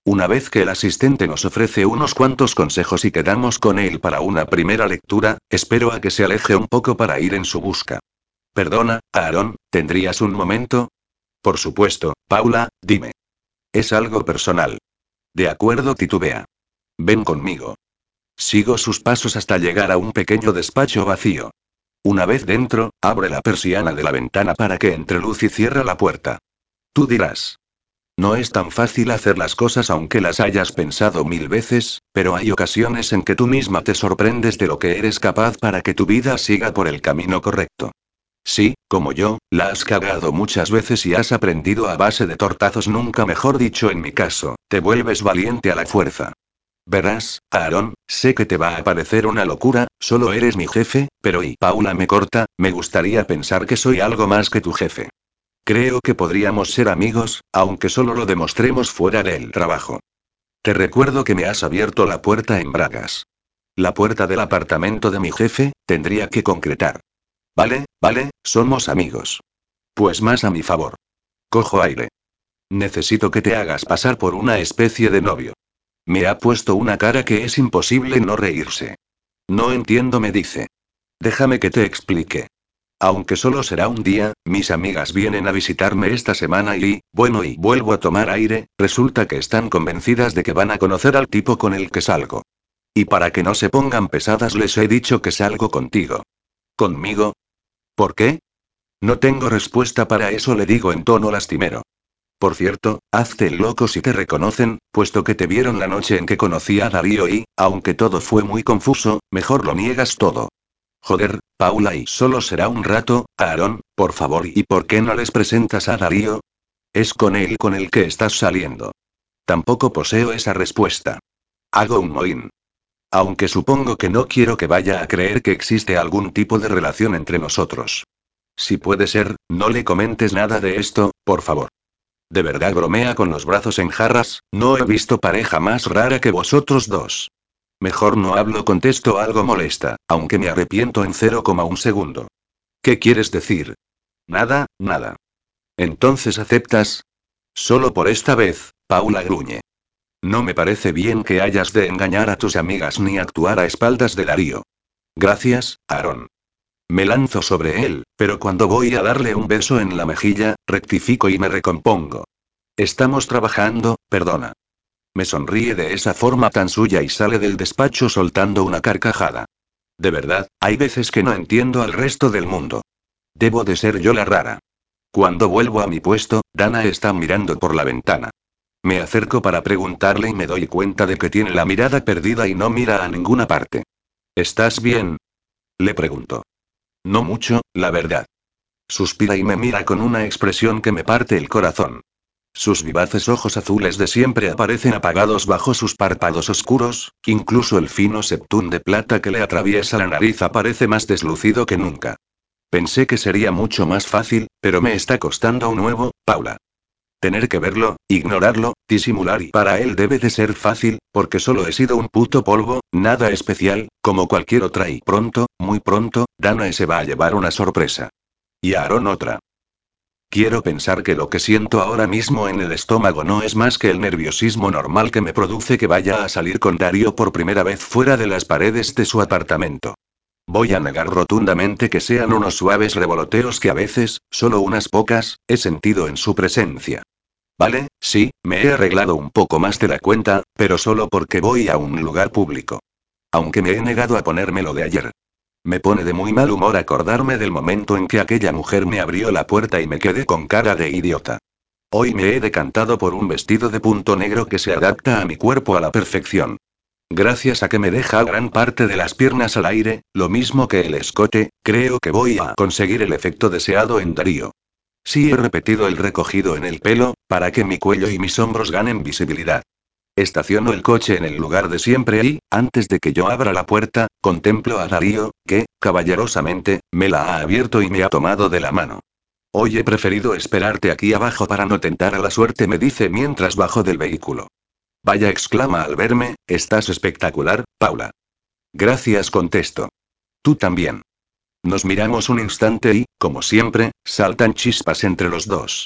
Una vez que el asistente nos ofrece unos cuantos consejos y quedamos con él para una primera lectura, espero a que se aleje un poco para ir en su busca. Perdona, Aaron, ¿tendrías un momento? Por supuesto, Paula, dime. Es algo personal. De acuerdo, titubea. Ven conmigo. Sigo sus pasos hasta llegar a un pequeño despacho vacío. Una vez dentro, abre la persiana de la ventana para que entre luz y cierra la puerta. Tú dirás. No es tan fácil hacer las cosas aunque las hayas pensado mil veces, pero hay ocasiones en que tú misma te sorprendes de lo que eres capaz para que tu vida siga por el camino correcto. Sí, como yo, la has cagado muchas veces y has aprendido a base de tortazos, nunca mejor dicho en mi caso, te vuelves valiente a la fuerza. Verás, Aaron, sé que te va a parecer una locura, solo eres mi jefe, pero y Paula me corta, me gustaría pensar que soy algo más que tu jefe. Creo que podríamos ser amigos, aunque solo lo demostremos fuera del trabajo. Te recuerdo que me has abierto la puerta en bragas. La puerta del apartamento de mi jefe, tendría que concretar. Vale, vale, somos amigos. Pues más a mi favor. Cojo aire. Necesito que te hagas pasar por una especie de novio. Me ha puesto una cara que es imposible no reírse. No entiendo, me dice. Déjame que te explique. Aunque solo será un día, mis amigas vienen a visitarme esta semana y, bueno, y vuelvo a tomar aire, resulta que están convencidas de que van a conocer al tipo con el que salgo. Y para que no se pongan pesadas les he dicho que salgo contigo. ¿Conmigo? ¿Por qué? No tengo respuesta para eso, le digo en tono lastimero. Por cierto, hazte el loco si te reconocen, puesto que te vieron la noche en que conocí a Darío y, aunque todo fue muy confuso, mejor lo niegas todo. Joder, Paula, y solo será un rato, Aaron, por favor, ¿y por qué no les presentas a Darío? Es con él con el que estás saliendo. Tampoco poseo esa respuesta. Hago un mohín. Aunque supongo que no quiero que vaya a creer que existe algún tipo de relación entre nosotros. Si puede ser, no le comentes nada de esto, por favor. De verdad, bromea con los brazos en jarras, no he visto pareja más rara que vosotros dos. Mejor no hablo, contesto algo molesta, aunque me arrepiento en cero coma un segundo. ¿Qué quieres decir? Nada, nada. Entonces aceptas. Solo por esta vez, Paula gruñe. No me parece bien que hayas de engañar a tus amigas ni actuar a espaldas de Darío. Gracias, Aaron. Me lanzo sobre él, pero cuando voy a darle un beso en la mejilla, rectifico y me recompongo. Estamos trabajando, perdona. Me sonríe de esa forma tan suya y sale del despacho soltando una carcajada. De verdad, hay veces que no entiendo al resto del mundo. Debo de ser yo la rara. Cuando vuelvo a mi puesto, Dana está mirando por la ventana. Me acerco para preguntarle y me doy cuenta de que tiene la mirada perdida y no mira a ninguna parte. ¿Estás bien? Le pregunto. No mucho, la verdad. Suspira y me mira con una expresión que me parte el corazón. Sus vivaces ojos azules de siempre aparecen apagados bajo sus párpados oscuros, incluso el fino septum de plata que le atraviesa la nariz aparece más deslucido que nunca. Pensé que sería mucho más fácil, pero me está costando un nuevo, Paula. Tener que verlo, ignorarlo, disimular, y para él debe de ser fácil, porque solo he sido un puto polvo, nada especial, como cualquier otra, y pronto, muy pronto, Danae se va a llevar una sorpresa. Y Aaron otra. Quiero pensar que lo que siento ahora mismo en el estómago no es más que el nerviosismo normal que me produce que vaya a salir con Darío por primera vez fuera de las paredes de su apartamento. Voy a negar rotundamente que sean unos suaves revoloteos que a veces, solo unas pocas, he sentido en su presencia. Vale, sí, me he arreglado un poco más de la cuenta, pero solo porque voy a un lugar público. Aunque me he negado a ponérmelo de ayer. Me pone de muy mal humor acordarme del momento en que aquella mujer me abrió la puerta y me quedé con cara de idiota. Hoy me he decantado por un vestido de punto negro que se adapta a mi cuerpo a la perfección. Gracias a que me deja gran parte de las piernas al aire, lo mismo que el escote, creo que voy a conseguir el efecto deseado en Darío. Sí, he repetido el recogido en el pelo, para que mi cuello y mis hombros ganen visibilidad. Estaciono el coche en el lugar de siempre y, antes de que yo abra la puerta, contemplo a Darío, que, caballerosamente, me la ha abierto y me ha tomado de la mano. Hoy he preferido esperarte aquí abajo para no tentar a la suerte, me dice mientras bajo del vehículo. Vaya, exclama al verme, estás espectacular, Paula. Gracias, contesto. Tú también. Nos miramos un instante y, como siempre, saltan chispas entre los dos.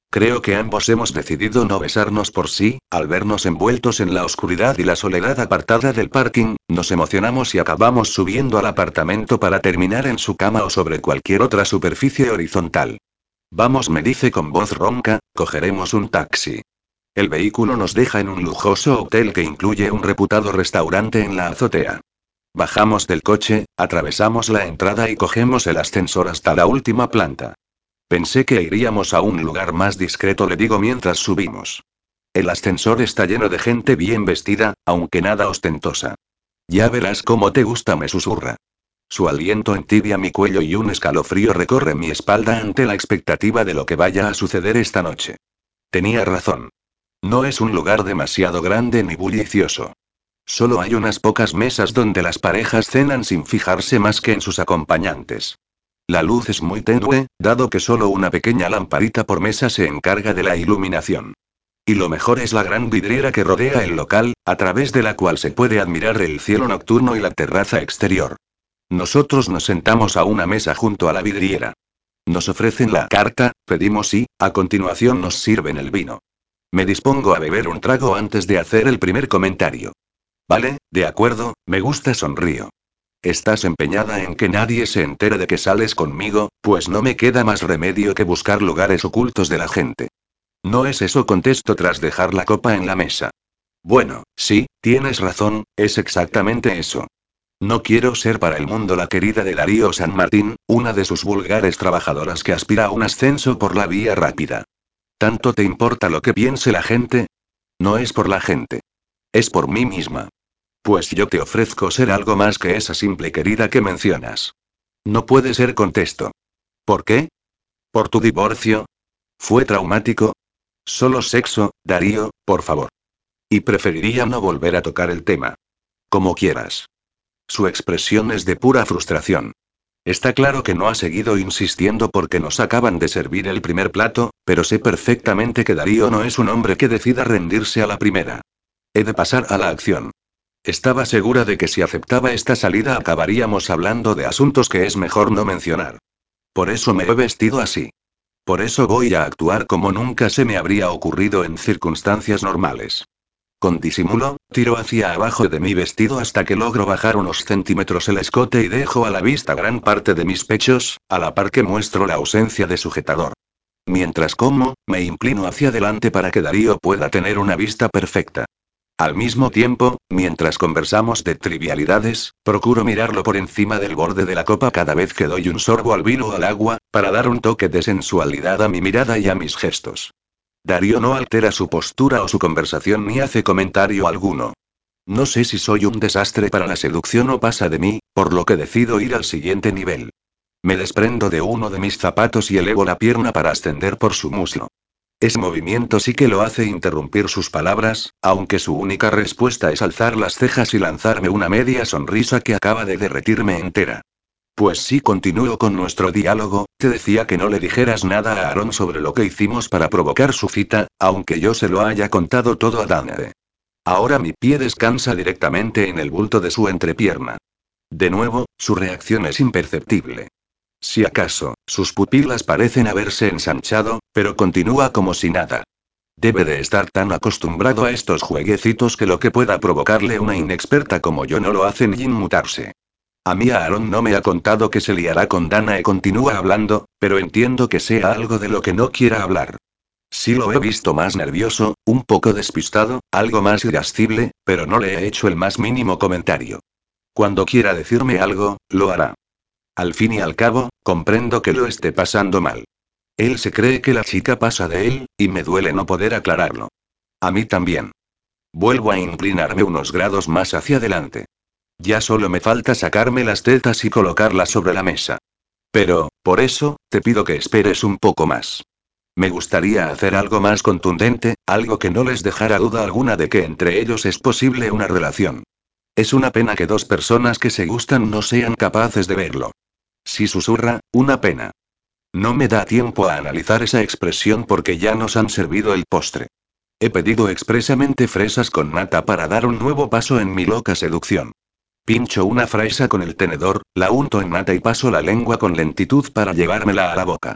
Creo que ambos hemos decidido no besarnos por sí, al vernos envueltos en la oscuridad y la soledad apartada del parking, nos emocionamos y acabamos subiendo al apartamento para terminar en su cama o sobre cualquier otra superficie horizontal. Vamos, me dice con voz ronca, cogeremos un taxi. El vehículo nos deja en un lujoso hotel que incluye un reputado restaurante en la azotea. Bajamos del coche, atravesamos la entrada y cogemos el ascensor hasta la última planta. Pensé que iríamos a un lugar más discreto, le digo mientras subimos. El ascensor está lleno de gente bien vestida, aunque nada ostentosa. Ya verás cómo te gusta, me susurra. Su aliento entibia mi cuello y un escalofrío recorre mi espalda ante la expectativa de lo que vaya a suceder esta noche. Tenía razón. No es un lugar demasiado grande ni bullicioso. Solo hay unas pocas mesas donde las parejas cenan sin fijarse más que en sus acompañantes. La luz es muy tenue, dado que solo una pequeña lamparita por mesa se encarga de la iluminación. Y lo mejor es la gran vidriera que rodea el local, a través de la cual se puede admirar el cielo nocturno y la terraza exterior. Nosotros nos sentamos a una mesa junto a la vidriera. Nos ofrecen la carta, pedimos y, a continuación nos sirven el vino. Me dispongo a beber un trago antes de hacer el primer comentario. Vale, de acuerdo, me gusta, sonrío. Estás empeñada en que nadie se entere de que sales conmigo, pues no me queda más remedio que buscar lugares ocultos de la gente. No es eso, contesto tras dejar la copa en la mesa. Bueno, sí, tienes razón, es exactamente eso. No quiero ser para el mundo la querida de Darío San Martín, una de sus vulgares trabajadoras que aspira a un ascenso por la vía rápida. ¿Tanto te importa lo que piense la gente? No es por la gente. Es por mí misma. Pues yo te ofrezco ser algo más que esa simple querida que mencionas. No puede ser, contesto. ¿Por qué? ¿Por tu divorcio? ¿Fue traumático? Solo sexo, Darío, por favor. Y preferiría no volver a tocar el tema. Como quieras. Su expresión es de pura frustración. Está claro que no ha seguido insistiendo porque nos acaban de servir el primer plato, pero sé perfectamente que Darío no es un hombre que decida rendirse a la primera. He de pasar a la acción. Estaba segura de que si aceptaba esta salida acabaríamos hablando de asuntos que es mejor no mencionar. Por eso me he vestido así. Por eso voy a actuar como nunca se me habría ocurrido en circunstancias normales. Con disimulo, tiro hacia abajo de mi vestido hasta que logro bajar unos centímetros el escote y dejo a la vista gran parte de mis pechos, a la par que muestro la ausencia de sujetador. Mientras como, me inclino hacia adelante para que Darío pueda tener una vista perfecta. Al mismo tiempo, mientras conversamos de trivialidades, procuro mirarlo por encima del borde de la copa cada vez que doy un sorbo al vino o al agua, para dar un toque de sensualidad a mi mirada y a mis gestos. Darío no altera su postura o su conversación ni hace comentario alguno. No sé si soy un desastre para la seducción o pasa de mí, por lo que decido ir al siguiente nivel. Me desprendo de uno de mis zapatos y elevo la pierna para ascender por su muslo. Ese movimiento sí que lo hace interrumpir sus palabras, aunque su única respuesta es alzar las cejas y lanzarme una media sonrisa que acaba de derretirme entera. Pues sí, continúo con nuestro diálogo, te decía que no le dijeras nada a Aaron sobre lo que hicimos para provocar su cita, aunque yo se lo haya contado todo a Danae. Ahora mi pie descansa directamente en el bulto de su entrepierna. De nuevo, su reacción es imperceptible. Si acaso, sus pupilas parecen haberse ensanchado, pero continúa como si nada. Debe de estar tan acostumbrado a estos jueguecitos que lo que pueda provocarle una inexperta como yo no lo hace ni inmutarse. A mí Aaron no me ha contado que se liará con Dana y continúa hablando, pero entiendo que sea algo de lo que no quiera hablar. Sí lo he visto más nervioso, un poco despistado, algo más irascible, pero no le he hecho el más mínimo comentario. Cuando quiera decirme algo, lo hará. Al fin y al cabo, comprendo que lo esté pasando mal. Él se cree que la chica pasa de él, y me duele no poder aclararlo. A mí también. Vuelvo a inclinarme unos grados más hacia adelante. Ya solo me falta sacarme las tetas y colocarlas sobre la mesa. Pero, por eso, te pido que esperes un poco más. Me gustaría hacer algo más contundente, algo que no les dejara duda alguna de que entre ellos es posible una relación. Es una pena que dos personas que se gustan no sean capaces de verlo. Si susurra, una pena. No me da tiempo a analizar esa expresión porque ya nos han servido el postre. He pedido expresamente fresas con nata para dar un nuevo paso en mi loca seducción. Pincho una fresa con el tenedor, la unto en nata y paso la lengua con lentitud para llevármela a la boca.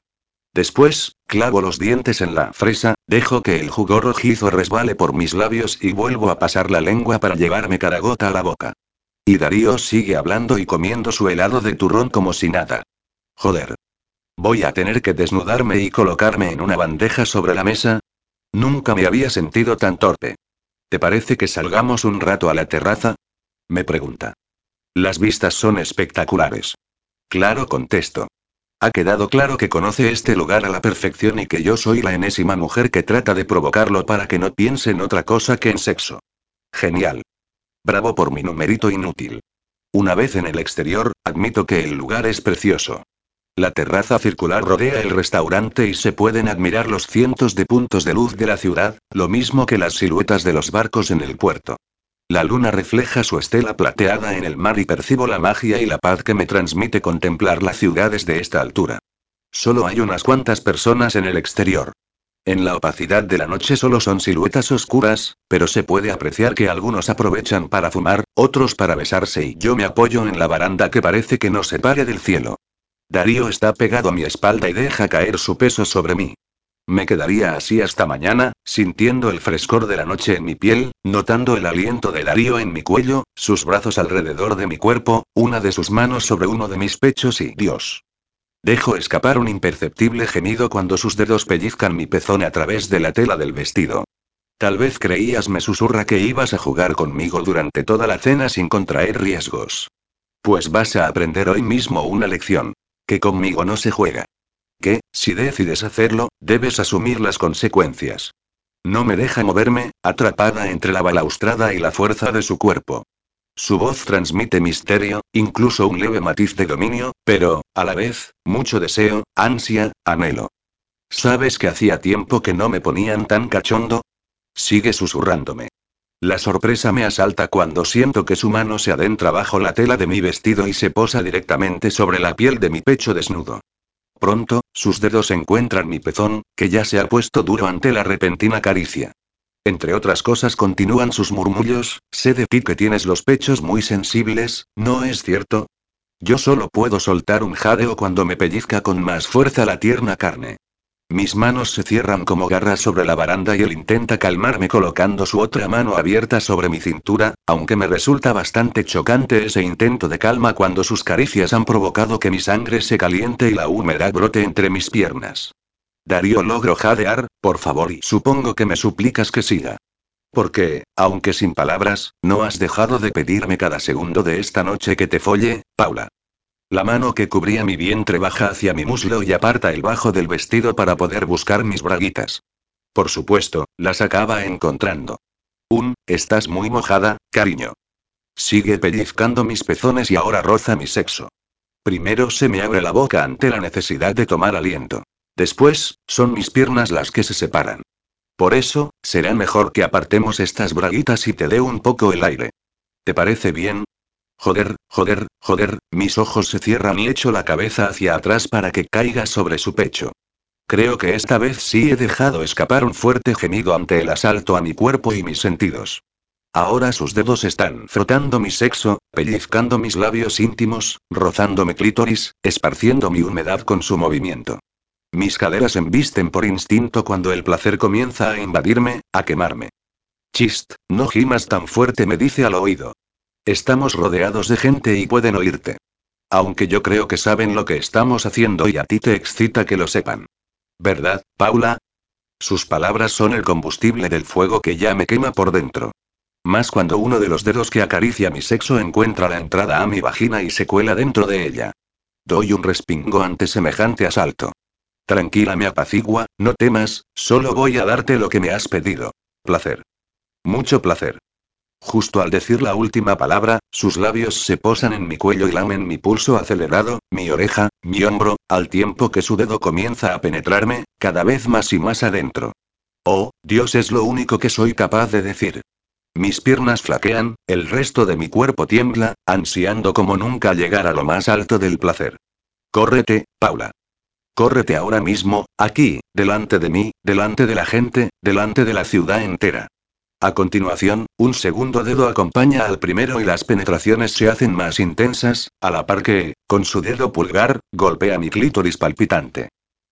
Después, clavo los dientes en la fresa, dejo que el jugo rojizo resbale por mis labios y vuelvo a pasar la lengua para llevarme cada gota a la boca. Y Darío sigue hablando y comiendo su helado de turrón como si nada. Joder. ¿Voy a tener que desnudarme y colocarme en una bandeja sobre la mesa? Nunca me había sentido tan torpe. ¿Te parece que salgamos un rato a la terraza? Me pregunta. Las vistas son espectaculares. Claro, contesto. Ha quedado claro que conoce este lugar a la perfección y que yo soy la enésima mujer que trata de provocarlo para que no piense en otra cosa que en sexo. Genial. Bravo por mi numerito inútil. Una vez en el exterior, admito que el lugar es precioso. La terraza circular rodea el restaurante y se pueden admirar los cientos de puntos de luz de la ciudad, lo mismo que las siluetas de los barcos en el puerto. La luna refleja su estela plateada en el mar y percibo la magia y la paz que me transmite contemplar la ciudad desde esta altura. Solo hay unas cuantas personas en el exterior. En la opacidad de la noche solo son siluetas oscuras, pero se puede apreciar que algunos aprovechan para fumar, otros para besarse y yo me apoyo en la baranda que parece que nos separe del cielo. Darío está pegado a mi espalda y deja caer su peso sobre mí. Me quedaría así hasta mañana, sintiendo el frescor de la noche en mi piel, notando el aliento de Darío en mi cuello, sus brazos alrededor de mi cuerpo, una de sus manos sobre uno de mis pechos y Dios. Dejo escapar un imperceptible gemido cuando sus dedos pellizcan mi pezón a través de la tela del vestido. Tal vez creías, me susurra, que ibas a jugar conmigo durante toda la cena sin contraer riesgos. Pues vas a aprender hoy mismo una lección. Que conmigo no se juega. Que, si decides hacerlo, debes asumir las consecuencias. No me deja moverme, atrapada entre la balaustrada y la fuerza de su cuerpo. Su voz transmite misterio, incluso un leve matiz de dominio, pero, a la vez, mucho deseo, ansia, anhelo. ¿Sabes que hacía tiempo que no me ponían tan cachondo? Sigue susurrándome. La sorpresa me asalta cuando siento que su mano se adentra bajo la tela de mi vestido y se posa directamente sobre la piel de mi pecho desnudo. Pronto, sus dedos encuentran mi pezón, que ya se ha puesto duro ante la repentina caricia. Entre otras cosas continúan sus murmullos: sé de ti que tienes los pechos muy sensibles, ¿no es cierto? Yo solo puedo soltar un jadeo cuando me pellizca con más fuerza la tierna carne. Mis manos se cierran como garras sobre la baranda y él intenta calmarme colocando su otra mano abierta sobre mi cintura, aunque me resulta bastante chocante ese intento de calma cuando sus caricias han provocado que mi sangre se caliente y la humedad brote entre mis piernas. Darío, logro jadear, por favor, y supongo que me suplicas que siga. Porque, aunque sin palabras, no has dejado de pedirme cada segundo de esta noche que te folle, Paula. La mano que cubría mi vientre baja hacia mi muslo y aparta el bajo del vestido para poder buscar mis braguitas. Por supuesto, las acaba encontrando. Un, estás muy mojada, cariño. Sigue pellizcando mis pezones y ahora roza mi sexo. Primero se me abre la boca ante la necesidad de tomar aliento. Después, son mis piernas las que se separan. Por eso, será mejor que apartemos estas braguitas y te dé un poco el aire. ¿Te parece bien? Joder, joder, joder, mis ojos se cierran y echo la cabeza hacia atrás para que caiga sobre su pecho. Creo que esta vez sí he dejado escapar un fuerte gemido ante el asalto a mi cuerpo y mis sentidos. Ahora sus dedos están frotando mi sexo, pellizcando mis labios íntimos, rozando mi clítoris, esparciendo mi humedad con su movimiento. Mis caderas embisten por instinto cuando el placer comienza a invadirme, a quemarme. Chist, no gimas tan fuerte, me dice al oído. Estamos rodeados de gente y pueden oírte. Aunque yo creo que saben lo que estamos haciendo y a ti te excita que lo sepan. ¿Verdad, Paula? Sus palabras son el combustible del fuego que ya me quema por dentro. Más cuando uno de los dedos que acaricia mi sexo encuentra la entrada a mi vagina y se cuela dentro de ella. Doy un respingo ante semejante asalto. Tranquila, me apacigua, no temas, solo voy a darte lo que me has pedido. Placer. Mucho placer. Justo al decir la última palabra, sus labios se posan en mi cuello y lamen mi pulso acelerado, mi oreja, mi hombro, al tiempo que su dedo comienza a penetrarme, cada vez más y más adentro. Oh, Dios, es lo único que soy capaz de decir. Mis piernas flaquean, el resto de mi cuerpo tiembla, ansiando como nunca llegar a lo más alto del placer. Córrete, Paula. Córrete ahora mismo, aquí, delante de mí, delante de la gente, delante de la ciudad entera. A continuación, un segundo dedo acompaña al primero y las penetraciones se hacen más intensas, a la par que, con su dedo pulgar, golpea mi clítoris palpitante.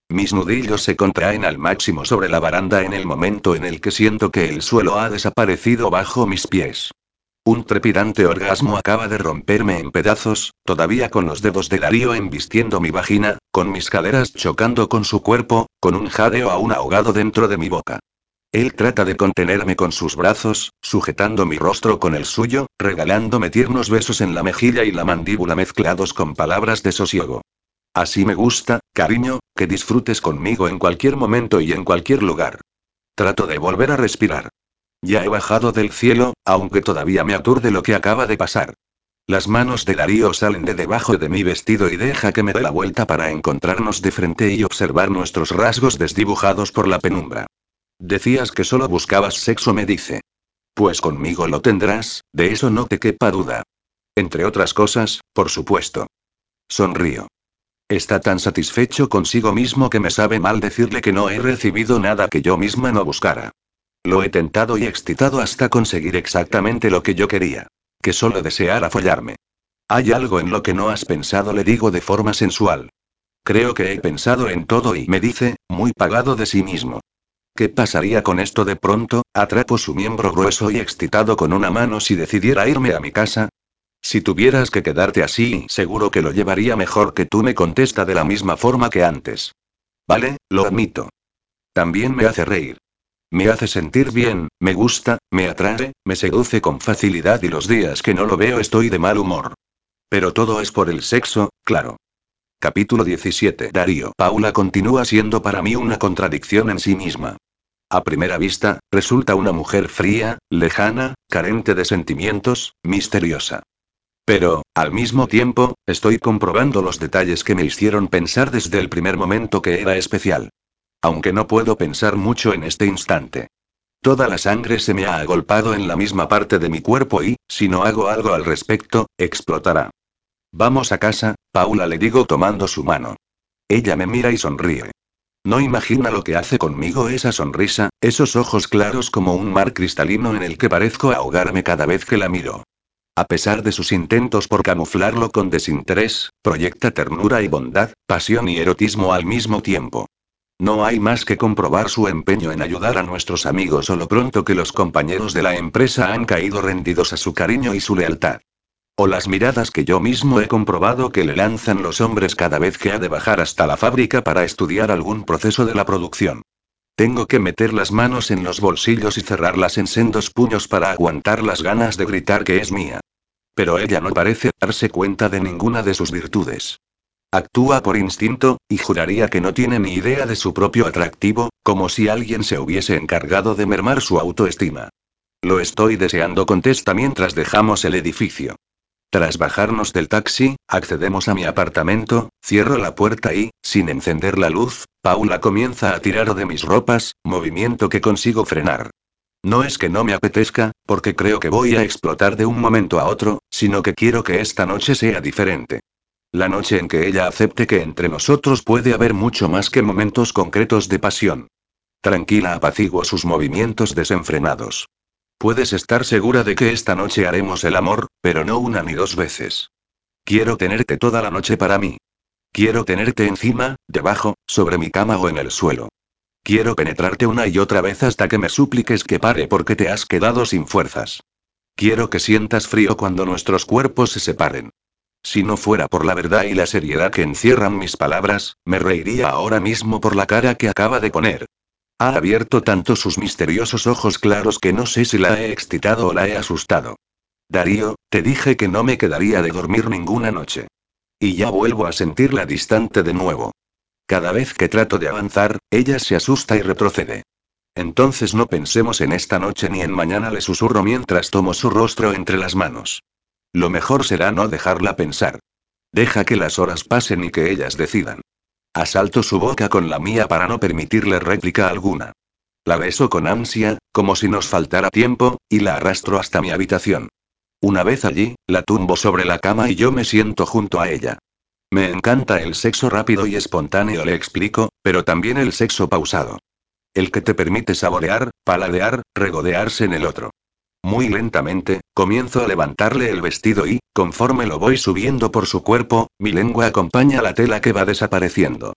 Mis nudillos se contraen al máximo sobre la baranda en el momento en el que siento que el suelo ha desaparecido bajo mis pies. Un trepidante orgasmo acaba de romperme en pedazos, todavía con los dedos de Darío embistiendo mi vagina, con mis caderas chocando con su cuerpo, con un jadeo aún ahogado dentro de mi boca. Él trata de contenerme con sus brazos, sujetando mi rostro con el suyo, regalándome tiernos besos en la mejilla y la mandíbula mezclados con palabras de sosiego. Así me gusta, cariño, que disfrutes conmigo en cualquier momento y en cualquier lugar. Trato de volver a respirar. Ya he bajado del cielo, aunque todavía me aturde lo que acaba de pasar. Las manos de Darío salen de debajo de mi vestido y deja que me dé la vuelta para encontrarnos de frente y observar nuestros rasgos desdibujados por la penumbra. Decías que solo buscabas sexo, me dice. Pues conmigo lo tendrás, de eso no te quepa duda. Entre otras cosas, por supuesto. Sonrío. Está tan satisfecho consigo mismo que me sabe mal decirle que no he recibido nada que yo misma no buscara. Lo he tentado y excitado hasta conseguir exactamente lo que yo quería. Que solo deseara follarme. Hay algo en lo que no has pensado, le digo de forma sensual. Creo que he pensado en todo y me dice, muy pagado de sí mismo. ¿Qué pasaría con esto de pronto? Atrapo su miembro grueso y excitado con una mano si decidiera irme a mi casa. Si tuvieras que quedarte así, seguro que lo llevaría mejor, que tú, me contesta de la misma forma que antes. Vale, lo admito. También me hace reír. Me hace sentir bien, me gusta, me atrae, me seduce con facilidad y los días que no lo veo estoy de mal humor. Pero todo es por el sexo, claro. Capítulo diecisiete. Darío. Paula continúa siendo para mí una contradicción en sí misma. A primera vista, resulta una mujer fría, lejana, carente de sentimientos, misteriosa. Pero, al mismo tiempo, estoy comprobando los detalles que me hicieron pensar desde el primer momento que era especial. Aunque no puedo pensar mucho en este instante. Toda la sangre se me ha agolpado en la misma parte de mi cuerpo y, si no hago algo al respecto, explotará. Vamos a casa, Paula, le digo tomando su mano. Ella me mira y sonríe. No imagina lo que hace conmigo esa sonrisa, esos ojos claros como un mar cristalino en el que parezco ahogarme cada vez que la miro. A pesar de sus intentos por camuflarlo con desinterés, proyecta ternura y bondad, pasión y erotismo al mismo tiempo. No hay más que comprobar su empeño en ayudar a nuestros amigos o lo pronto que los compañeros de la empresa han caído rendidos a su cariño y su lealtad. O las miradas que yo mismo he comprobado que le lanzan los hombres cada vez que ha de bajar hasta la fábrica para estudiar algún proceso de la producción. Tengo que meter las manos en los bolsillos y cerrarlas en sendos puños para aguantar las ganas de gritar que es mía. Pero ella no parece darse cuenta de ninguna de sus virtudes. Actúa por instinto, y juraría que no tiene ni idea de su propio atractivo, como si alguien se hubiese encargado de mermar su autoestima. Lo estoy deseando, contesta mientras dejamos el edificio. Tras bajarnos del taxi, accedemos a mi apartamento, cierro la puerta y, sin encender la luz, Paula comienza a tirar de mis ropas, movimiento que consigo frenar. No es que no me apetezca, porque creo que voy a explotar de un momento a otro, sino que quiero que esta noche sea diferente. La noche en que ella acepte que entre nosotros puede haber mucho más que momentos concretos de pasión. Tranquila, apaciguo sus movimientos desenfrenados. Puedes estar segura de que esta noche haremos el amor, pero no una ni dos veces. Quiero tenerte toda la noche para mí. Quiero tenerte encima, debajo, sobre mi cama o en el suelo. Quiero penetrarte una y otra vez hasta que me supliques que pare porque te has quedado sin fuerzas. Quiero que sientas frío cuando nuestros cuerpos se separen. Si no fuera por la verdad y la seriedad que encierran mis palabras, me reiría ahora mismo por la cara que acaba de poner. Ha abierto tanto sus misteriosos ojos claros que no sé si la he excitado o la he asustado. Darío, te dije que no me quedaría de dormir ninguna noche. Y ya vuelvo a sentirla distante de nuevo. Cada vez que trato de avanzar, ella se asusta y retrocede. Entonces no pensemos en esta noche ni en mañana, le susurro mientras tomo su rostro entre las manos. Lo mejor será no dejarla pensar. Deja que las horas pasen y que ellas decidan. Asalto su boca con la mía para no permitirle réplica alguna. La beso con ansia, como si nos faltara tiempo, y la arrastro hasta mi habitación. Una vez allí, la tumbo sobre la cama y yo me siento junto a ella. Me encanta el sexo rápido y espontáneo, le explico, pero también el sexo pausado. El que te permite saborear, paladear, regodearse en el otro. Muy lentamente, comienzo a levantarle el vestido y, conforme lo voy subiendo por su cuerpo, mi lengua acompaña la tela que va desapareciendo.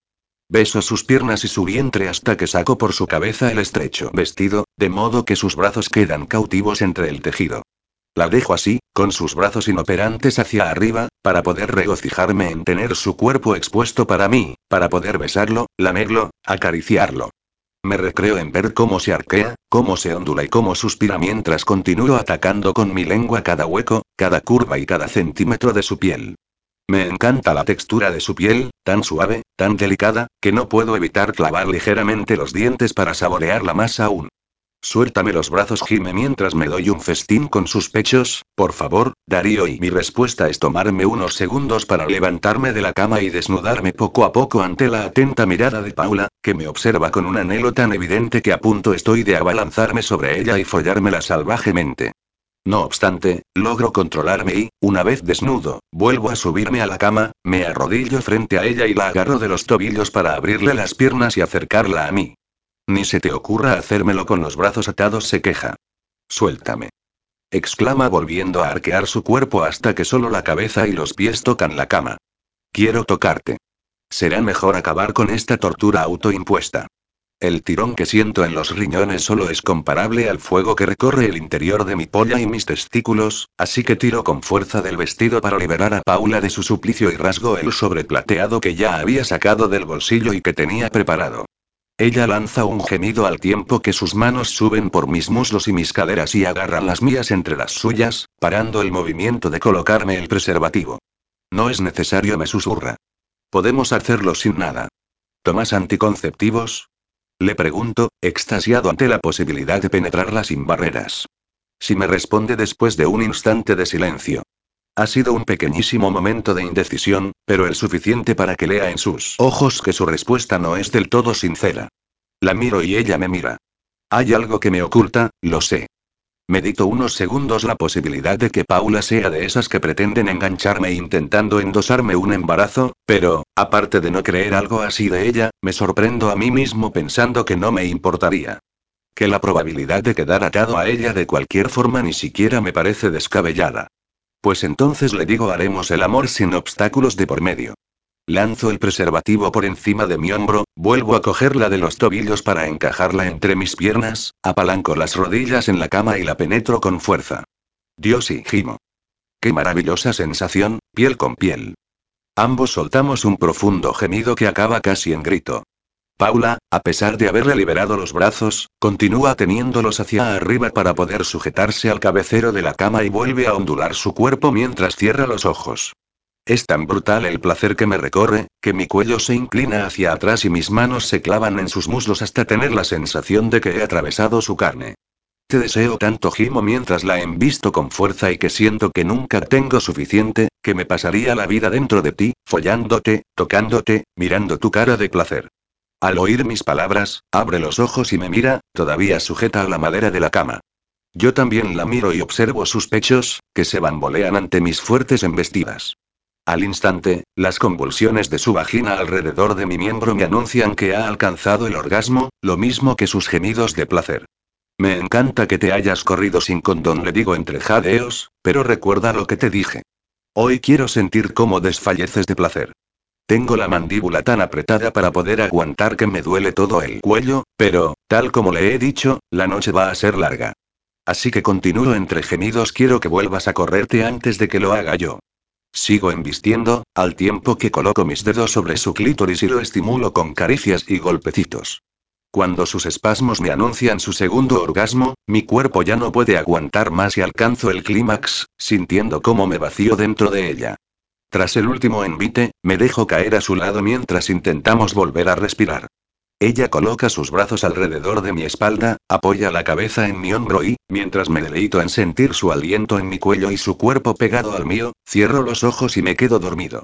Beso sus piernas y su vientre hasta que saco por su cabeza el estrecho vestido, de modo que sus brazos quedan cautivos entre el tejido. La dejo así, con sus brazos inoperantes hacia arriba, para poder regocijarme en tener su cuerpo expuesto para mí, para poder besarlo, lamerlo, acariciarlo. Me recreo en ver cómo se arquea, cómo se ondula y cómo suspira mientras continúo atacando con mi lengua cada hueco, cada curva y cada centímetro de su piel. Me encanta la textura de su piel, tan suave, tan delicada, que no puedo evitar clavar ligeramente los dientes para saborearla más aún. Suéltame los brazos, gime mientras me doy un festín con sus pechos, por favor, Darío, y mi respuesta es tomarme unos segundos para levantarme de la cama y desnudarme poco a poco ante la atenta mirada de Paula, que me observa con un anhelo tan evidente que a punto estoy de abalanzarme sobre ella y follármela salvajemente. No obstante, logro controlarme y, una vez desnudo, vuelvo a subirme a la cama, me arrodillo frente a ella y la agarro de los tobillos para abrirle las piernas y acercarla a mí. Ni se te ocurra hacérmelo con los brazos atados, se queja. Suéltame. Exclama volviendo a arquear su cuerpo hasta que solo la cabeza y los pies tocan la cama. Quiero tocarte. Será mejor acabar con esta tortura autoimpuesta. El tirón que siento en los riñones solo es comparable al fuego que recorre el interior de mi polla y mis testículos, así que tiro con fuerza del vestido para liberar a Paula de su suplicio y rasgo el sobre plateado que ya había sacado del bolsillo y que tenía preparado. Ella lanza un gemido al tiempo que sus manos suben por mis muslos y mis caderas y agarran las mías entre las suyas, parando el movimiento de colocarme el preservativo. No es necesario, me susurra. Podemos hacerlo sin nada. ¿Tomas anticonceptivos? Le pregunto, extasiado ante la posibilidad de penetrarla sin barreras. Si me responde después de un instante de silencio. Ha sido un pequeñísimo momento de indecisión, pero el suficiente para que lea en sus ojos que su respuesta no es del todo sincera. La miro y ella me mira. Hay algo que me oculta, lo sé. Medito unos segundos la posibilidad de que Paula sea de esas que pretenden engancharme intentando endosarme un embarazo, pero, aparte de no creer algo así de ella, me sorprendo a mí mismo pensando que no me importaría. Que la probabilidad de quedar atado a ella de cualquier forma ni siquiera me parece descabellada. Pues entonces le digo, haremos el amor sin obstáculos de por medio. Lanzo el preservativo por encima de mi hombro, vuelvo a cogerla de los tobillos para encajarla entre mis piernas, apalanco las rodillas en la cama y la penetro con fuerza. Dios, y gimo. Qué maravillosa sensación, piel con piel. Ambos soltamos un profundo gemido que acaba casi en grito. Paula, a pesar de haberle liberado los brazos, continúa teniéndolos hacia arriba para poder sujetarse al cabecero de la cama y vuelve a ondular su cuerpo mientras cierra los ojos. Es tan brutal el placer que me recorre, que mi cuello se inclina hacia atrás y mis manos se clavan en sus muslos hasta tener la sensación de que he atravesado su carne. Te deseo tanto, gimo mientras la embisto con fuerza y que siento que nunca tengo suficiente, que me pasaría la vida dentro de ti, follándote, tocándote, mirando tu cara de placer. Al oír mis palabras, abre los ojos y me mira, todavía sujeta a la madera de la cama. Yo también la miro y observo sus pechos, que se bambolean ante mis fuertes embestidas. Al instante, las convulsiones de su vagina alrededor de mi miembro me anuncian que ha alcanzado el orgasmo, lo mismo que sus gemidos de placer. Me encanta que te hayas corrido sin condón, le digo entre jadeos, pero recuerda lo que te dije. Hoy quiero sentir cómo desfalleces de placer. Tengo la mandíbula tan apretada para poder aguantar que me duele todo el cuello, pero, tal como le he dicho, la noche va a ser larga. Así que continúo entre gemidos, quiero que vuelvas a correrte antes de que lo haga yo. Sigo embistiendo, al tiempo que coloco mis dedos sobre su clítoris y lo estimulo con caricias y golpecitos. Cuando sus espasmos me anuncian su segundo orgasmo, mi cuerpo ya no puede aguantar más y alcanzo el clímax, sintiendo cómo me vacío dentro de ella. Tras el último envite, me dejo caer a su lado mientras intentamos volver a respirar. Ella coloca sus brazos alrededor de mi espalda, apoya la cabeza en mi hombro y, mientras me deleito en sentir su aliento en mi cuello y su cuerpo pegado al mío, cierro los ojos y me quedo dormido.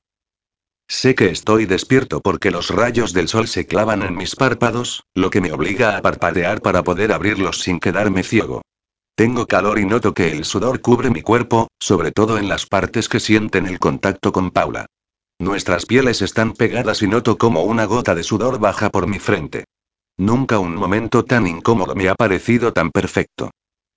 Sé que estoy despierto porque los rayos del sol se clavan en mis párpados, lo que me obliga a parpadear para poder abrirlos sin quedarme ciego. Tengo calor y noto que el sudor cubre mi cuerpo, sobre todo en las partes que sienten el contacto con Paula. Nuestras pieles están pegadas y noto como una gota de sudor baja por mi frente. Nunca un momento tan incómodo me ha parecido tan perfecto.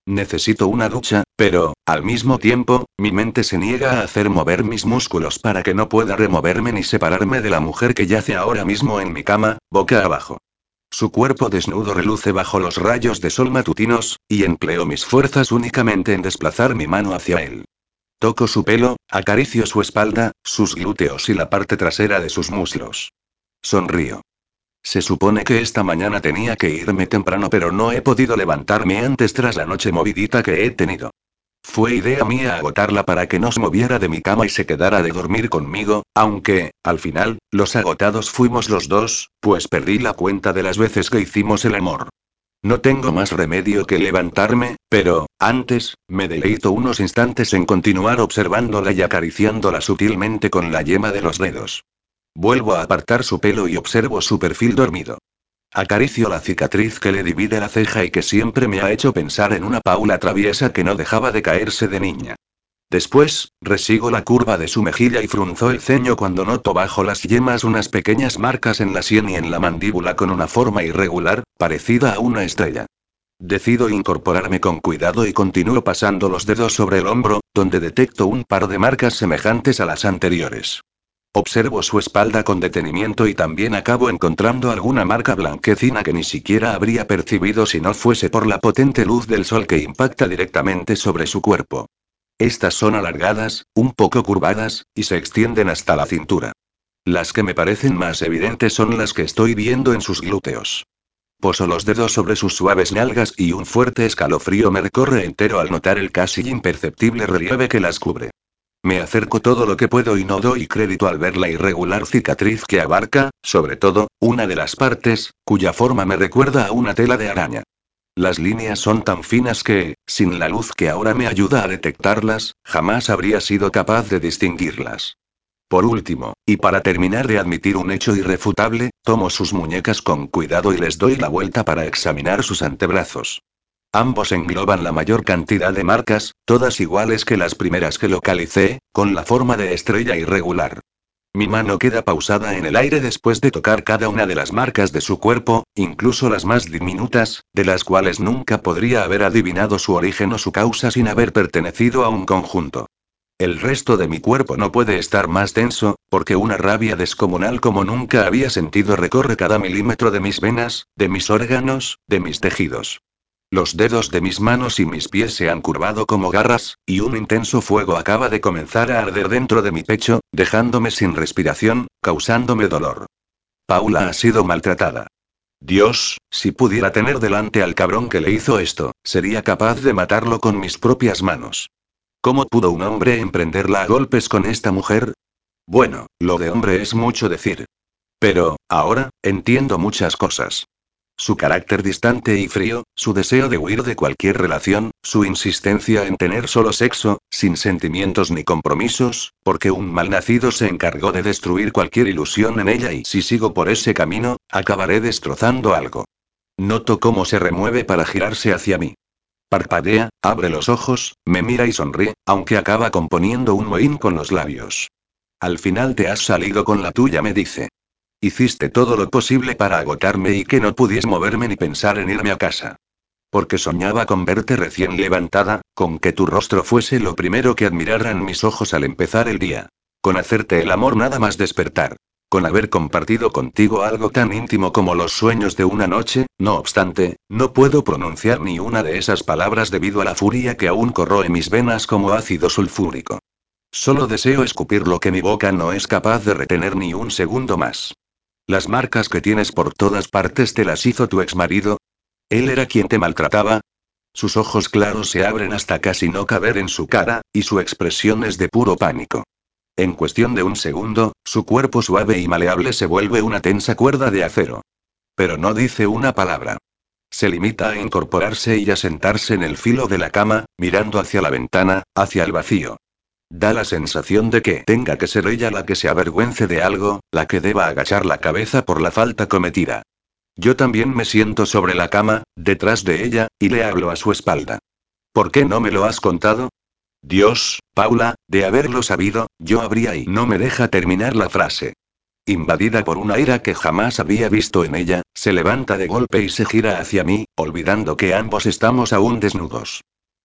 Necesito una ducha, pero, al mismo tiempo, mi mente se niega a hacer mover mis músculos para que no pueda removerme ni separarme de la mujer que yace ahora mismo en mi cama, boca abajo. Su cuerpo desnudo reluce bajo los rayos de sol matutinos, y empleo mis fuerzas únicamente en desplazar mi mano hacia él. Toco su pelo, acaricio su espalda, sus glúteos y la parte trasera de sus muslos. Sonrío. Se supone que esta mañana tenía que irme temprano, pero no he podido levantarme antes tras la noche movidita que he tenido. Fue idea mía agotarla para que no se moviera de mi cama y se quedara de dormir conmigo, aunque, al final, los agotados fuimos los dos, pues perdí la cuenta de las veces que hicimos el amor. No tengo más remedio que levantarme, pero, antes, me deleito unos instantes en continuar observándola y acariciándola sutilmente con la yema de los dedos. Vuelvo a apartar su pelo y observo su perfil dormido. Acaricio la cicatriz que le divide la ceja y que siempre me ha hecho pensar en una Paula traviesa que no dejaba de caerse de niña. Después, resigo la curva de su mejilla y frunzo el ceño cuando noto bajo las yemas unas pequeñas marcas en la sien y en la mandíbula con una forma irregular, parecida a una estrella. Decido incorporarme con cuidado y continúo pasando los dedos sobre el hombro, donde detecto un par de marcas semejantes a las anteriores. Observo su espalda con detenimiento y también acabo encontrando alguna marca blanquecina que ni siquiera habría percibido si no fuese por la potente luz del sol que impacta directamente sobre su cuerpo. Estas son alargadas, un poco curvadas, y se extienden hasta la cintura. Las que me parecen más evidentes son las que estoy viendo en sus glúteos. Poso los dedos sobre sus suaves nalgas y un fuerte escalofrío me recorre entero al notar el casi imperceptible relieve que las cubre. Me acerco todo lo que puedo y no doy crédito al ver la irregular cicatriz que abarca, sobre todo, una de las partes, cuya forma me recuerda a una tela de araña. Las líneas son tan finas que, sin la luz que ahora me ayuda a detectarlas, jamás habría sido capaz de distinguirlas. Por último, y para terminar de admitir un hecho irrefutable, tomo sus muñecas con cuidado y les doy la vuelta para examinar sus antebrazos. Ambos engloban la mayor cantidad de marcas, todas iguales que las primeras que localicé, con la forma de estrella irregular. Mi mano queda pausada en el aire después de tocar cada una de las marcas de su cuerpo, incluso las más diminutas, de las cuales nunca podría haber adivinado su origen o su causa sin haber pertenecido a un conjunto. El resto de mi cuerpo no puede estar más tenso, porque una rabia descomunal como nunca había sentido recorre cada milímetro de mis venas, de mis órganos, de mis tejidos. Los dedos de mis manos y mis pies se han curvado como garras, y un intenso fuego acaba de comenzar a arder dentro de mi pecho, dejándome sin respiración, causándome dolor. Paula ha sido maltratada. Dios, si pudiera tener delante al cabrón que le hizo esto, sería capaz de matarlo con mis propias manos. ¿Cómo pudo un hombre emprenderla a golpes con esta mujer? Bueno, lo de hombre es mucho decir. Pero, ahora, entiendo muchas cosas. Su carácter distante y frío, su deseo de huir de cualquier relación, su insistencia en tener solo sexo, sin sentimientos ni compromisos, porque un malnacido se encargó de destruir cualquier ilusión en ella y si sigo por ese camino, acabaré destrozando algo. Noto cómo se remueve para girarse hacia mí. Parpadea, abre los ojos, me mira y sonríe, aunque acaba componiendo un mohín con los labios. Al final te has salido con la tuya, me dice. Hiciste todo lo posible para agotarme y que no pudiese moverme ni pensar en irme a casa. Porque soñaba con verte recién levantada, con que tu rostro fuese lo primero que admiraran mis ojos al empezar el día. Con hacerte el amor nada más despertar. Con haber compartido contigo algo tan íntimo como los sueños de una noche, no obstante, no puedo pronunciar ni una de esas palabras debido a la furia que aún corroe mis venas como ácido sulfúrico. Solo deseo escupir lo que mi boca no es capaz de retener ni un segundo más. Las marcas que tienes por todas partes te las hizo tu exmarido. ¿Él era quien te maltrataba? Sus ojos claros se abren hasta casi no caber en su cara, y su expresión es de puro pánico. En cuestión de un segundo, su cuerpo suave y maleable se vuelve una tensa cuerda de acero. Pero no dice una palabra. Se limita a incorporarse y a sentarse en el filo de la cama, mirando hacia la ventana, hacia el vacío. Da la sensación de que tenga que ser ella la que se avergüence de algo, la que deba agachar la cabeza por la falta cometida. Yo también me siento sobre la cama, detrás de ella, y le hablo a su espalda. ¿Por qué no me lo has contado? Dios, Paula, de haberlo sabido, yo habría y no me deja terminar la frase. Invadida por una ira que jamás había visto en ella, se levanta de golpe y se gira hacia mí, olvidando que ambos estamos aún desnudos.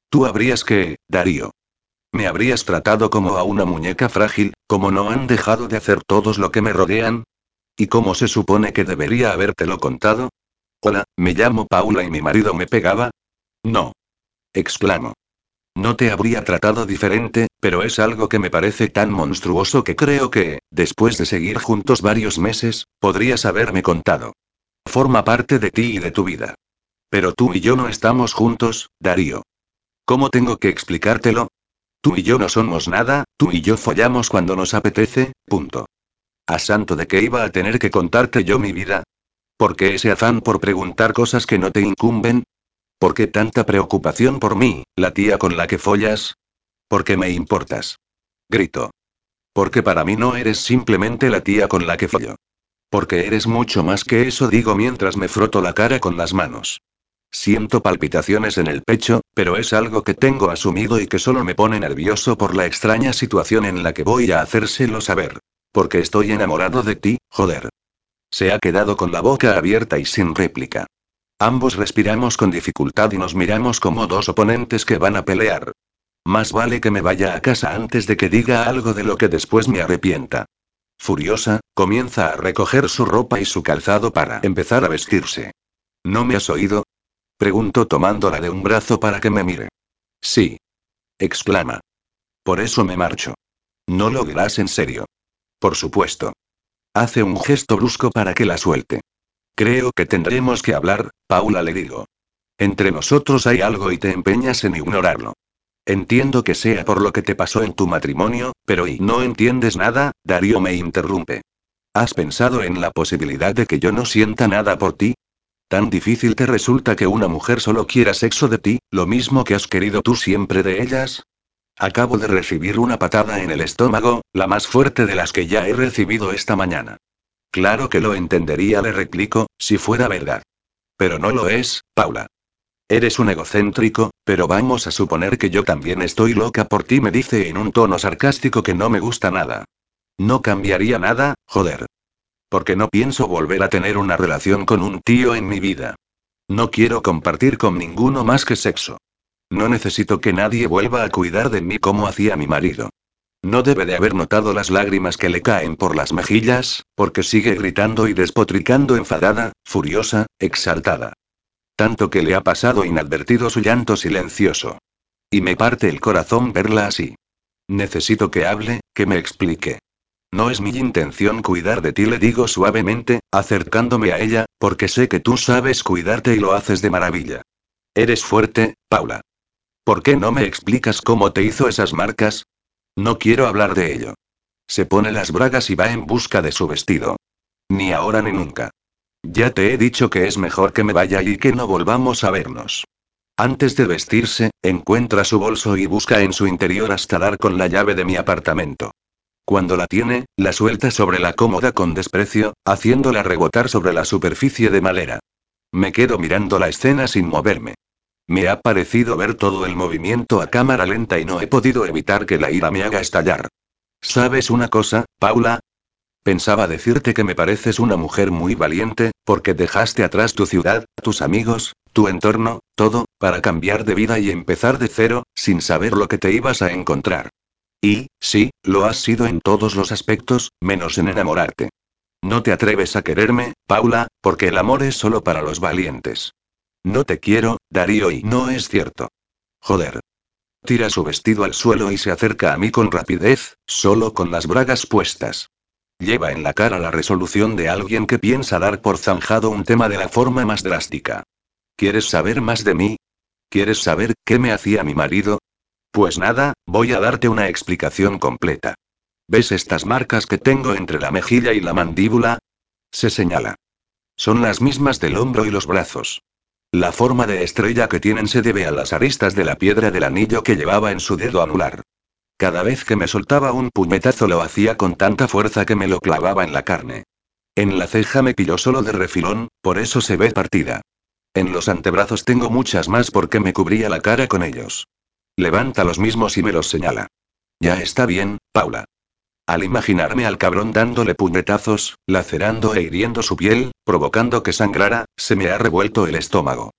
Tú habrías que, Darío. Me habrías tratado como a una muñeca frágil, como no han dejado de hacer todos lo que me rodean. ¿Y cómo se supone que debería habértelo contado? Hola, me llamo Paula y mi marido me pegaba. No. Exclamo. No te habría tratado diferente, pero es algo que me parece tan monstruoso que creo que, después de seguir juntos varios meses, podrías haberme contado. Forma parte de ti y de tu vida. Pero tú y yo no estamos juntos, Darío. ¿Cómo tengo que explicártelo? Tú y yo no somos nada, tú y yo follamos cuando nos apetece, punto. ¿A santo de que iba a tener que contarte yo mi vida? ¿Por qué ese afán por preguntar cosas que no te incumben? ¿Por qué tanta preocupación por mí, la tía con la que follas? Porque me importas. Grito. Porque para mí no eres simplemente la tía con la que follo. Porque eres mucho más que eso, digo mientras me froto la cara con las manos. Siento palpitaciones en el pecho, pero es algo que tengo asumido y que solo me pone nervioso por la extraña situación en la que voy a hacérselo saber. Porque estoy enamorado de ti, joder. Se ha quedado con la boca abierta y sin réplica. Ambos respiramos con dificultad y nos miramos como dos oponentes que van a pelear. Más vale que me vaya a casa antes de que diga algo de lo que después me arrepienta. Furiosa, comienza a recoger su ropa y su calzado para empezar a vestirse. ¿No me has oído? Pregunto tomándola de un brazo para que me mire. Sí. Exclama. Por eso me marcho. No lo dirás en serio. Por supuesto. Hace un gesto brusco para que la suelte. Creo que tendremos que hablar, Paula, le digo. Entre nosotros hay algo y te empeñas en ignorarlo. Entiendo que sea por lo que te pasó en tu matrimonio, pero ¿y no entiendes nada? Darío me interrumpe. ¿Has pensado en la posibilidad de que yo no sienta nada por ti? ¿Tan difícil te resulta que una mujer solo quiera sexo de ti, lo mismo que has querido tú siempre de ellas? Acabo de recibir una patada en el estómago, la más fuerte de las que ya he recibido esta mañana. Claro que lo entendería, le replico, si fuera verdad. Pero no lo es, Paula. Eres un egocéntrico, pero vamos a suponer que yo también estoy loca por ti, me dice en un tono sarcástico que no me gusta nada. No cambiaría nada, joder. Porque no pienso volver a tener una relación con un tío en mi vida. No quiero compartir con ninguno más que sexo. No necesito que nadie vuelva a cuidar de mí como hacía mi marido. No debe de haber notado las lágrimas que le caen por las mejillas, porque sigue gritando y despotricando enfadada, furiosa, exaltada. Tanto que le ha pasado inadvertido su llanto silencioso. Y me parte el corazón verla así. Necesito que hable, que me explique. No es mi intención cuidar de ti, le digo suavemente, acercándome a ella, porque sé que tú sabes cuidarte y lo haces de maravilla. Eres fuerte, Paula. ¿Por qué no me explicas cómo te hizo esas marcas? No quiero hablar de ello. Se pone las bragas y va en busca de su vestido. Ni ahora ni nunca. Ya te he dicho que es mejor que me vaya y que no volvamos a vernos. Antes de vestirse, encuentra su bolso y busca en su interior hasta dar con la llave de mi apartamento. Cuando la tiene, la suelta sobre la cómoda con desprecio, haciéndola rebotar sobre la superficie de madera. Me quedo mirando la escena sin moverme. Me ha parecido ver todo el movimiento a cámara lenta y no he podido evitar que la ira me haga estallar. ¿Sabes una cosa, Paula? Pensaba decirte que me pareces una mujer muy valiente, porque dejaste atrás tu ciudad, tus amigos, tu entorno, todo, para cambiar de vida y empezar de cero, sin saber lo que te ibas a encontrar. Y, sí, lo has sido en todos los aspectos, menos en enamorarte. No te atreves a quererme, Paula, porque el amor es solo para los valientes. No te quiero, Darío, y no es cierto. Joder. Tira su vestido al suelo y se acerca a mí con rapidez, solo con las bragas puestas. Lleva en la cara la resolución de alguien que piensa dar por zanjado un tema de la forma más drástica. ¿Quieres saber más de mí? ¿Quieres saber qué me hacía mi marido? Pues nada, voy a darte una explicación completa. ¿Ves estas marcas que tengo entre la mejilla y la mandíbula? Se señala. Son las mismas del hombro y los brazos. La forma de estrella que tienen se debe a las aristas de la piedra del anillo que llevaba en su dedo anular. Cada vez que me soltaba un puñetazo lo hacía con tanta fuerza que me lo clavaba en la carne. En la ceja me pilló solo de refilón, por eso se ve partida. En los antebrazos tengo muchas más porque me cubría la cara con ellos. Levanta los mismos y me los señala. Ya está bien, Paula. Al imaginarme al cabrón dándole puñetazos, lacerando e hiriendo su piel, provocando que sangrara, se me ha revuelto el estómago.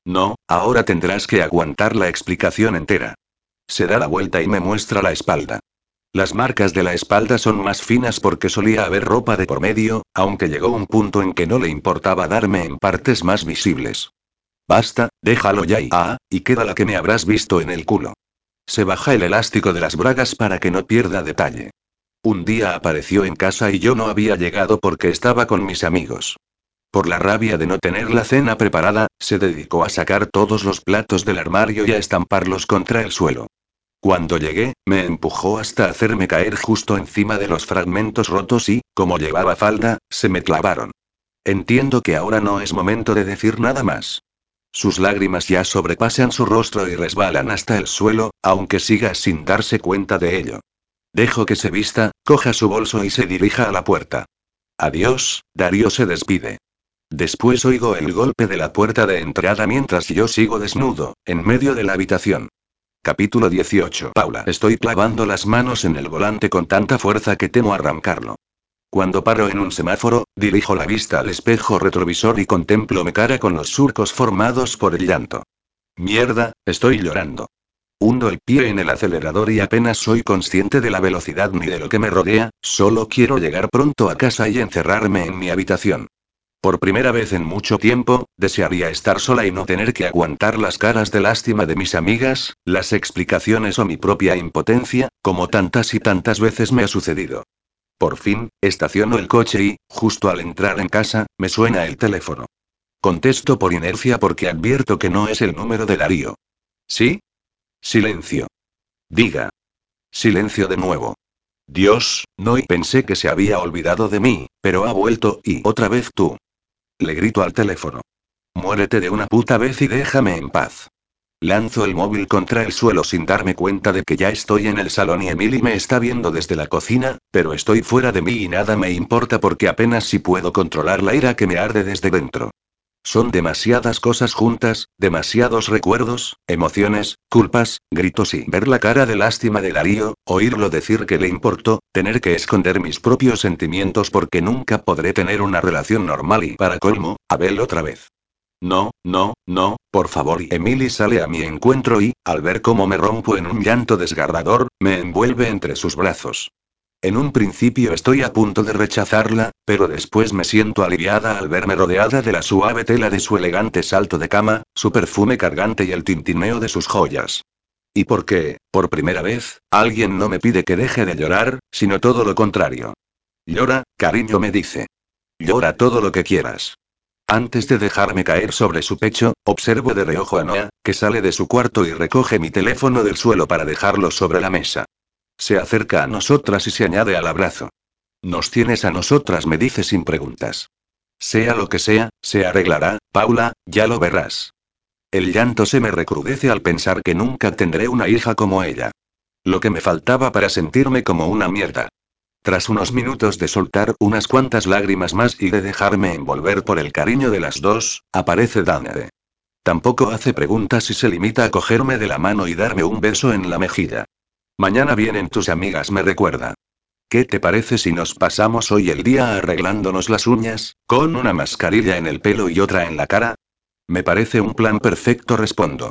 No, ahora tendrás que aguantar la explicación entera. Se da la vuelta y me muestra la espalda. Las marcas de la espalda son más finas porque solía haber ropa de por medio, aunque llegó un punto en que no le importaba darme en partes más visibles. Basta, déjalo ya y ah, y queda la que me habrás visto en el culo. Se baja el elástico de las bragas para que no pierda detalle. Un día apareció en casa y yo no había llegado porque estaba con mis amigos. Por la rabia de no tener la cena preparada, se dedicó a sacar todos los platos del armario y a estamparlos contra el suelo. Cuando llegué, me empujó hasta hacerme caer justo encima de los fragmentos rotos y, como llevaba falda, se me clavaron. Entiendo que ahora no es momento de decir nada más. Sus lágrimas ya sobrepasan su rostro y resbalan hasta el suelo, aunque siga sin darse cuenta de ello. Dejo que se vista, coja su bolso y se dirija a la puerta. Adiós, Darío se despide. Después oigo el golpe de la puerta de entrada mientras yo sigo desnudo, en medio de la habitación. Capítulo dieciocho. Paula. Estoy clavando las manos en el volante con tanta fuerza que temo arrancarlo. Cuando paro en un semáforo, dirijo la vista al espejo retrovisor y contemplo mi cara con los surcos formados por el llanto. Mierda, estoy llorando. Hundo el pie en el acelerador y apenas soy consciente de la velocidad ni de lo que me rodea, solo quiero llegar pronto a casa y encerrarme en mi habitación. Por primera vez en mucho tiempo, desearía estar sola y no tener que aguantar las caras de lástima de mis amigas, las explicaciones o mi propia impotencia, como tantas y tantas veces me ha sucedido. Por fin, estaciono el coche y, justo al entrar en casa, me suena el teléfono. Contesto por inercia porque advierto que no es el número de Darío. ¿Sí? Silencio. Diga. Silencio de nuevo. Dios, no, y pensé que se había olvidado de mí, pero ha vuelto y otra vez tú. Le grito al teléfono. Muérete de una puta vez y déjame en paz. Lanzo el móvil contra el suelo sin darme cuenta de que ya estoy en el salón y Emily me está viendo desde la cocina, pero estoy fuera de mí y nada me importa porque apenas si puedo controlar la ira que me arde desde dentro. Son demasiadas cosas juntas, demasiados recuerdos, emociones, culpas, gritos y ver la cara de lástima de Darío, oírlo decir que le importó, tener que esconder mis propios sentimientos porque nunca podré tener una relación normal y, para colmo, Abel otra vez. No, no, no, por favor. Y Emily sale a mi encuentro y, al ver cómo me rompo en un llanto desgarrador, me envuelve entre sus brazos. En un principio estoy a punto de rechazarla, pero después me siento aliviada al verme rodeada de la suave tela de su elegante salto de cama, su perfume cargante y el tintineo de sus joyas. Y porque, por primera vez, alguien no me pide que deje de llorar, sino todo lo contrario. Llora, cariño, me dice. Llora todo lo que quieras. Antes de dejarme caer sobre su pecho, observo de reojo a Noah, que sale de su cuarto y recoge mi teléfono del suelo para dejarlo sobre la mesa. Se acerca a nosotras y se añade al abrazo. Nos tienes a nosotras, me dice sin preguntas. Sea lo que sea, se arreglará, Paula, ya lo verás. El llanto se me recrudece al pensar que nunca tendré una hija como ella. Lo que me faltaba para sentirme como una mierda. Tras unos minutos de soltar unas cuantas lágrimas más y de dejarme envolver por el cariño de las dos, aparece Danae. Tampoco hace preguntas y se limita a cogerme de la mano y darme un beso en la mejilla. Mañana vienen tus amigas, me recuerda. ¿Qué te parece si nos pasamos hoy el día arreglándonos las uñas, con una mascarilla en el pelo y otra en la cara? Me parece un plan perfecto, respondo.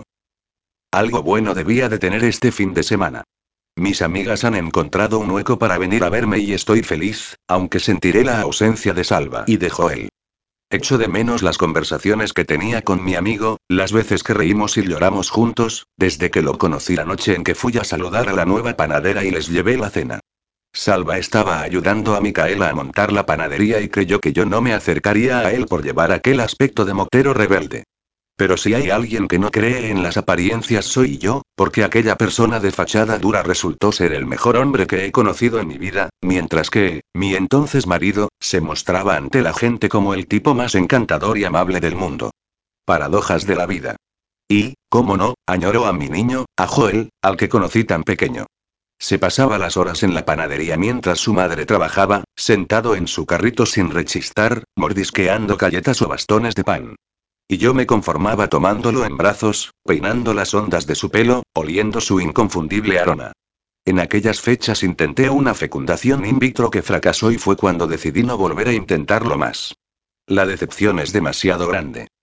Algo bueno debía de tener este fin de semana. Mis amigas han encontrado un hueco para venir a verme y estoy feliz, aunque sentiré la ausencia de Salva y de Joel. Echo de menos las conversaciones que tenía con mi amigo, las veces que reímos y lloramos juntos, desde que lo conocí la noche en que fui a saludar a la nueva panadera y les llevé la cena. Salva estaba ayudando a Micaela a montar la panadería y creyó que yo no me acercaría a él por llevar aquel aspecto de motero rebelde. Pero si hay alguien que no cree en las apariencias soy yo, porque aquella persona de fachada dura resultó ser el mejor hombre que he conocido en mi vida, mientras que, mi entonces marido, se mostraba ante la gente como el tipo más encantador y amable del mundo. Paradojas de la vida. Y, cómo no, añoro a mi niño, a Joel, al que conocí tan pequeño. Se pasaba las horas en la panadería mientras su madre trabajaba, sentado en su carrito sin rechistar, mordisqueando galletas o bastones de pan. Y yo me conformaba tomándolo en brazos, peinando las ondas de su pelo, oliendo su inconfundible aroma. En aquellas fechas intenté una fecundación in vitro que fracasó y fue cuando decidí no volver a intentarlo más. La decepción es demasiado grande.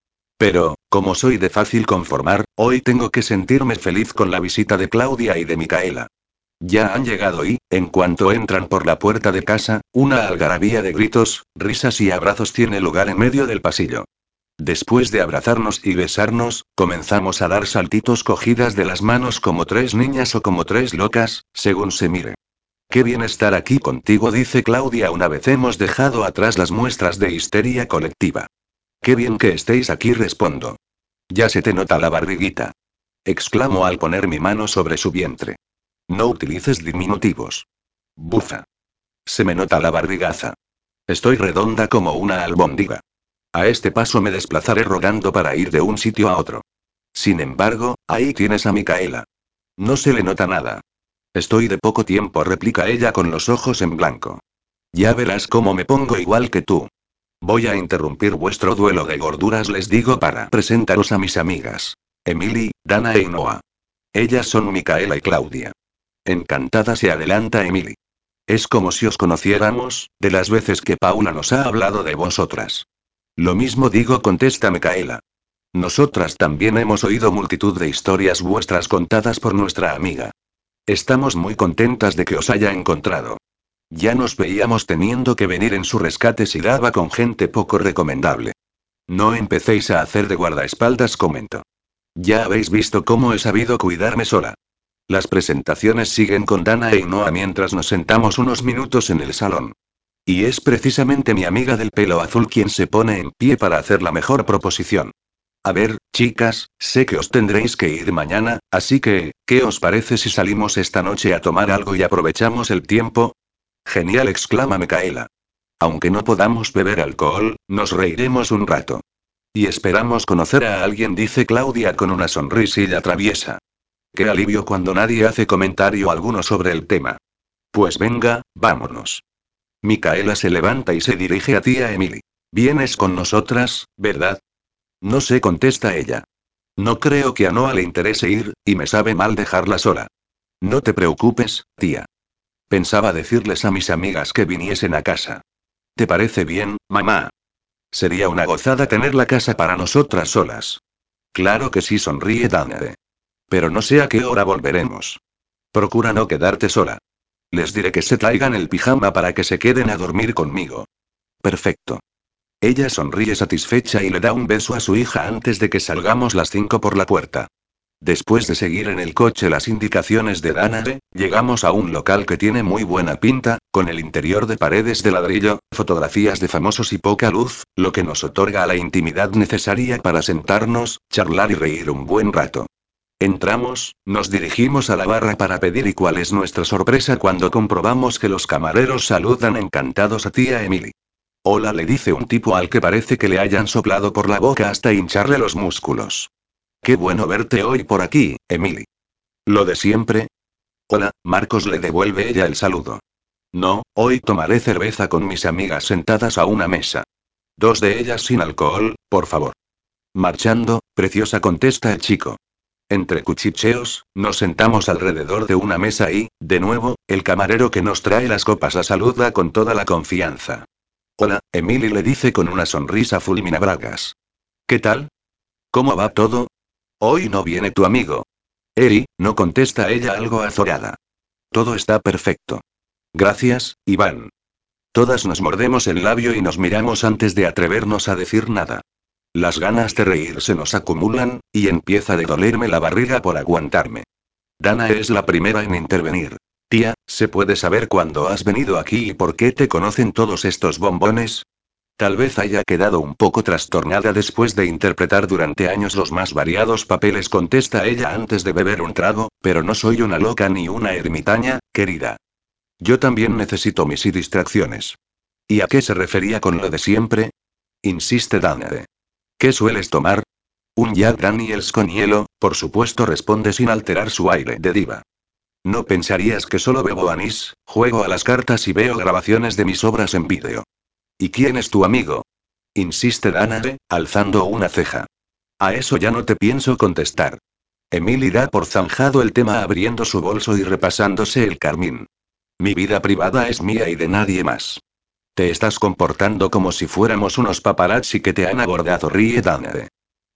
Pero, como soy de fácil conformar, hoy tengo que sentirme feliz con la visita de Claudia y de Micaela. Ya han llegado y, en cuanto entran por la puerta de casa, una algarabía de gritos, risas y abrazos tiene lugar en medio del pasillo. Después de abrazarnos y besarnos, comenzamos a dar saltitos cogidas de las manos como tres niñas o como tres locas, según se mire. Qué bien estar aquí contigo, dice Claudia una vez hemos dejado atrás las muestras de histeria colectiva. Qué bien que estéis aquí, respondo. Ya se te nota la barriguita. Exclamo al poner mi mano sobre su vientre. No utilices diminutivos. Bufa. Se me nota la barrigaza. Estoy redonda como una albóndiga. A este paso me desplazaré rodando para ir de un sitio a otro. Sin embargo, ahí tienes a Micaela. No se le nota nada. Estoy de poco tiempo, replica ella con los ojos en blanco. Ya verás cómo me pongo igual que tú. Voy a interrumpir vuestro duelo de gorduras, les digo, para presentaros a mis amigas. Emily, Dana y Noah. Ellas son Micaela y Claudia. Encantada, se adelanta Emily. Es como si os conociéramos, de las veces que Paula nos ha hablado de vosotras. Lo mismo digo, contesta Micaela. Nosotras también hemos oído multitud de historias vuestras contadas por nuestra amiga. Estamos muy contentas de que os haya encontrado. Ya nos veíamos teniendo que venir en su rescate si daba con gente poco recomendable. No empecéis a hacer de guardaespaldas, comento. Ya habéis visto cómo he sabido cuidarme sola. Las presentaciones siguen con Dana e Noah mientras nos sentamos unos minutos en el salón. Y es precisamente mi amiga del pelo azul quien se pone en pie para hacer la mejor proposición. A ver, chicas, sé que os tendréis que ir mañana, así que, ¿qué os parece si salimos esta noche a tomar algo y aprovechamos el tiempo? Genial, exclama Micaela. Aunque no podamos beber alcohol, nos reiremos un rato. Y esperamos conocer a alguien, dice Claudia con una sonrisilla traviesa. Qué alivio cuando nadie hace comentario alguno sobre el tema. Pues venga, vámonos. Micaela se levanta y se dirige a tía Emily. Vienes con nosotras, ¿verdad? No sé, contesta ella. No creo que a Noah le interese ir, y me sabe mal dejarla sola. No te preocupes, tía. Pensaba decirles a mis amigas que viniesen a casa. ¿Te parece bien, mamá? Sería una gozada tener la casa para nosotras solas. Claro que sí, sonríe Dana. Pero no sé a qué hora volveremos. Procura no quedarte sola. Les diré que se traigan el pijama para que se queden a dormir conmigo. Perfecto. Ella sonríe satisfecha y le da un beso a su hija antes de que salgamos las cinco por la puerta. Después de seguir en el coche las indicaciones de Danae, llegamos a un local que tiene muy buena pinta, con el interior de paredes de ladrillo, fotografías de famosos y poca luz, lo que nos otorga la intimidad necesaria para sentarnos, charlar y reír un buen rato. Entramos, nos dirigimos a la barra para pedir y cuál es nuestra sorpresa cuando comprobamos que los camareros saludan encantados a tía Emily. Hola, le dice un tipo al que parece que le hayan soplado por la boca hasta hincharle los músculos. Qué bueno verte hoy por aquí, Emily. ¿Lo de siempre? Hola, Marcos, le devuelve ella el saludo. No, hoy tomaré cerveza con mis amigas sentadas a una mesa. Dos de ellas sin alcohol, por favor. Marchando, preciosa, contesta el chico. Entre cuchicheos, nos sentamos alrededor de una mesa y, de nuevo, el camarero que nos trae las copas la saluda con toda la confianza. Hola, Emily, le dice con una sonrisa fulminabragas. ¿Qué tal? ¿Cómo va todo? Hoy no viene tu amigo. Eri, no, contesta ella algo azorada. Todo está perfecto. Gracias, Iván. Todas nos mordemos el labio y nos miramos antes de atrevernos a decir nada. Las ganas de reír se nos acumulan, y empieza de dolerme la barriga por aguantarme. Dana es la primera en intervenir. Tía, ¿se puede saber cuándo has venido aquí y por qué te conocen todos estos bombones? Tal vez haya quedado un poco trastornada después de interpretar durante años los más variados papeles, contesta ella antes de beber un trago, pero no soy una loca ni una ermitaña, querida. Yo también necesito mis y distracciones. ¿Y a qué se refería con lo de siempre? Insiste Dana. ¿Qué sueles tomar? Un Jack Daniels con hielo, por supuesto, responde sin alterar su aire de diva. No pensarías que solo bebo anís, juego a las cartas y veo grabaciones de mis obras en vídeo. ¿Y quién es tu amigo? Insiste Danae, alzando una ceja. A eso ya no te pienso contestar. Emily da por zanjado el tema abriendo su bolso y repasándose el carmín. Mi vida privada es mía y de nadie más. Te estás comportando como si fuéramos unos paparazzi que te han abordado, ríe Danae.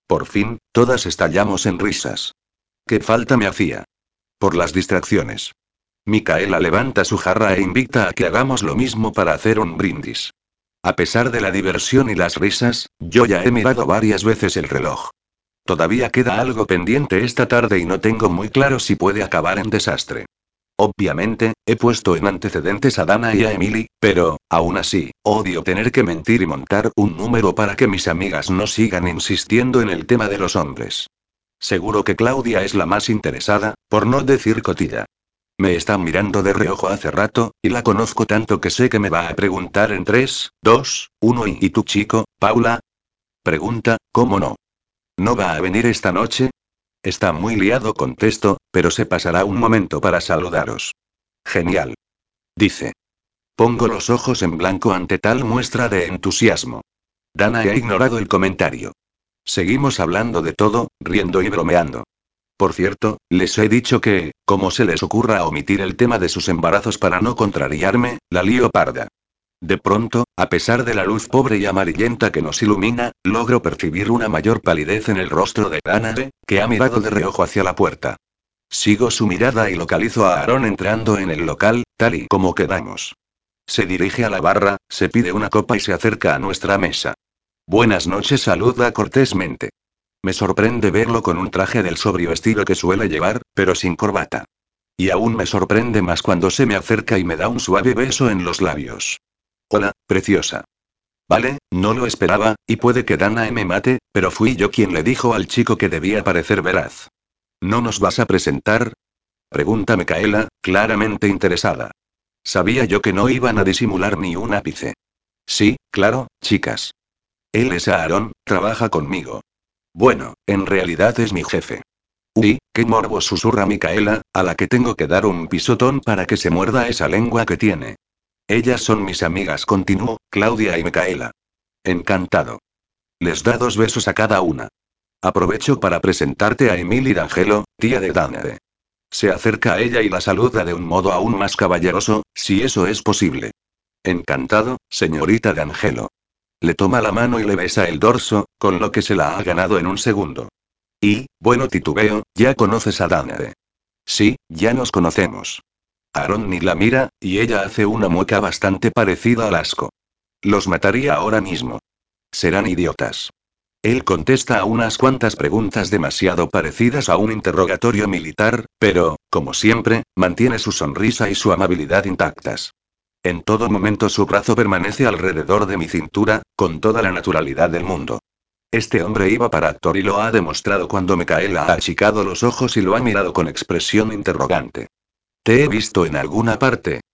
Por fin, todas estallamos en risas. ¿Qué falta me hacía? Por las distracciones. Micaela levanta su jarra e invita a que hagamos lo mismo para hacer un brindis. A pesar de la diversión y las risas, yo ya he mirado varias veces el reloj. Todavía queda algo pendiente esta tarde y no tengo muy claro si puede acabar en desastre. Obviamente, he puesto en antecedentes a Dana y a Emily, pero, aún así, odio tener que mentir y montar un número para que mis amigas no sigan insistiendo en el tema de los hombres. Seguro que Claudia es la más interesada, por no decir Cotilla. Me está mirando de reojo hace rato, y la conozco tanto que sé que me va a preguntar en tres, dos, uno y ¿y tú chico, Paula? Pregunta, ¿cómo no? ¿No va a venir esta noche? Está muy liado, contesto, pero se pasará un momento para saludaros. Genial. Dice. Pongo los ojos en blanco ante tal muestra de entusiasmo. Dana ha ignorado el comentario. Seguimos hablando de todo, riendo y bromeando. Por cierto, les he dicho que, como se les ocurra omitir el tema de sus embarazos para no contrariarme, la lío parda. De pronto, a pesar de la luz pobre y amarillenta que nos ilumina, logro percibir una mayor palidez en el rostro de Danae, que ha mirado de reojo hacia la puerta. Sigo su mirada y localizo a Aaron entrando en el local, tal y como quedamos. Se dirige a la barra, se pide una copa y se acerca a nuestra mesa. Buenas noches, saluda cortésmente. Me sorprende verlo con un traje del sobrio estilo que suele llevar, pero sin corbata. Y aún me sorprende más cuando se me acerca y me da un suave beso en los labios. Hola, preciosa. Vale, no lo esperaba, y puede que Danae me mate, pero fui yo quien le dijo al chico que debía parecer veraz. ¿No nos vas a presentar? Pregunta Micaela, claramente interesada. Sabía yo que no iban a disimular ni un ápice. Sí, claro, chicas. Él es Aaron, trabaja conmigo. Bueno, en realidad es mi jefe. Uy, qué morbo, susurra Micaela, a la que tengo que dar un pisotón para que se muerda esa lengua que tiene. Ellas son mis amigas, continuó, Claudia y Micaela. Encantado. Les da dos besos a cada una. Aprovecho para presentarte a Emily D'Angelo, tía de Danae. Se acerca a ella y la saluda de un modo aún más caballeroso, si eso es posible. Encantado, señorita D'Angelo. Le toma la mano y le besa el dorso, con lo que se la ha ganado en un segundo. Y, bueno, titubeo, ya conoces a Danae. Sí, ya nos conocemos. Aaron ni la mira, y ella hace una mueca bastante parecida al asco. Los mataría ahora mismo. Serán idiotas. Él contesta a unas cuantas preguntas demasiado parecidas a un interrogatorio militar, pero, como siempre, mantiene su sonrisa y su amabilidad intactas. En todo momento su brazo permanece alrededor de mi cintura, con toda la naturalidad del mundo. Este hombre iba para actor y lo ha demostrado cuando Micaela ha achicado los ojos y lo ha mirado con expresión interrogante. ¿Te he visto en alguna parte?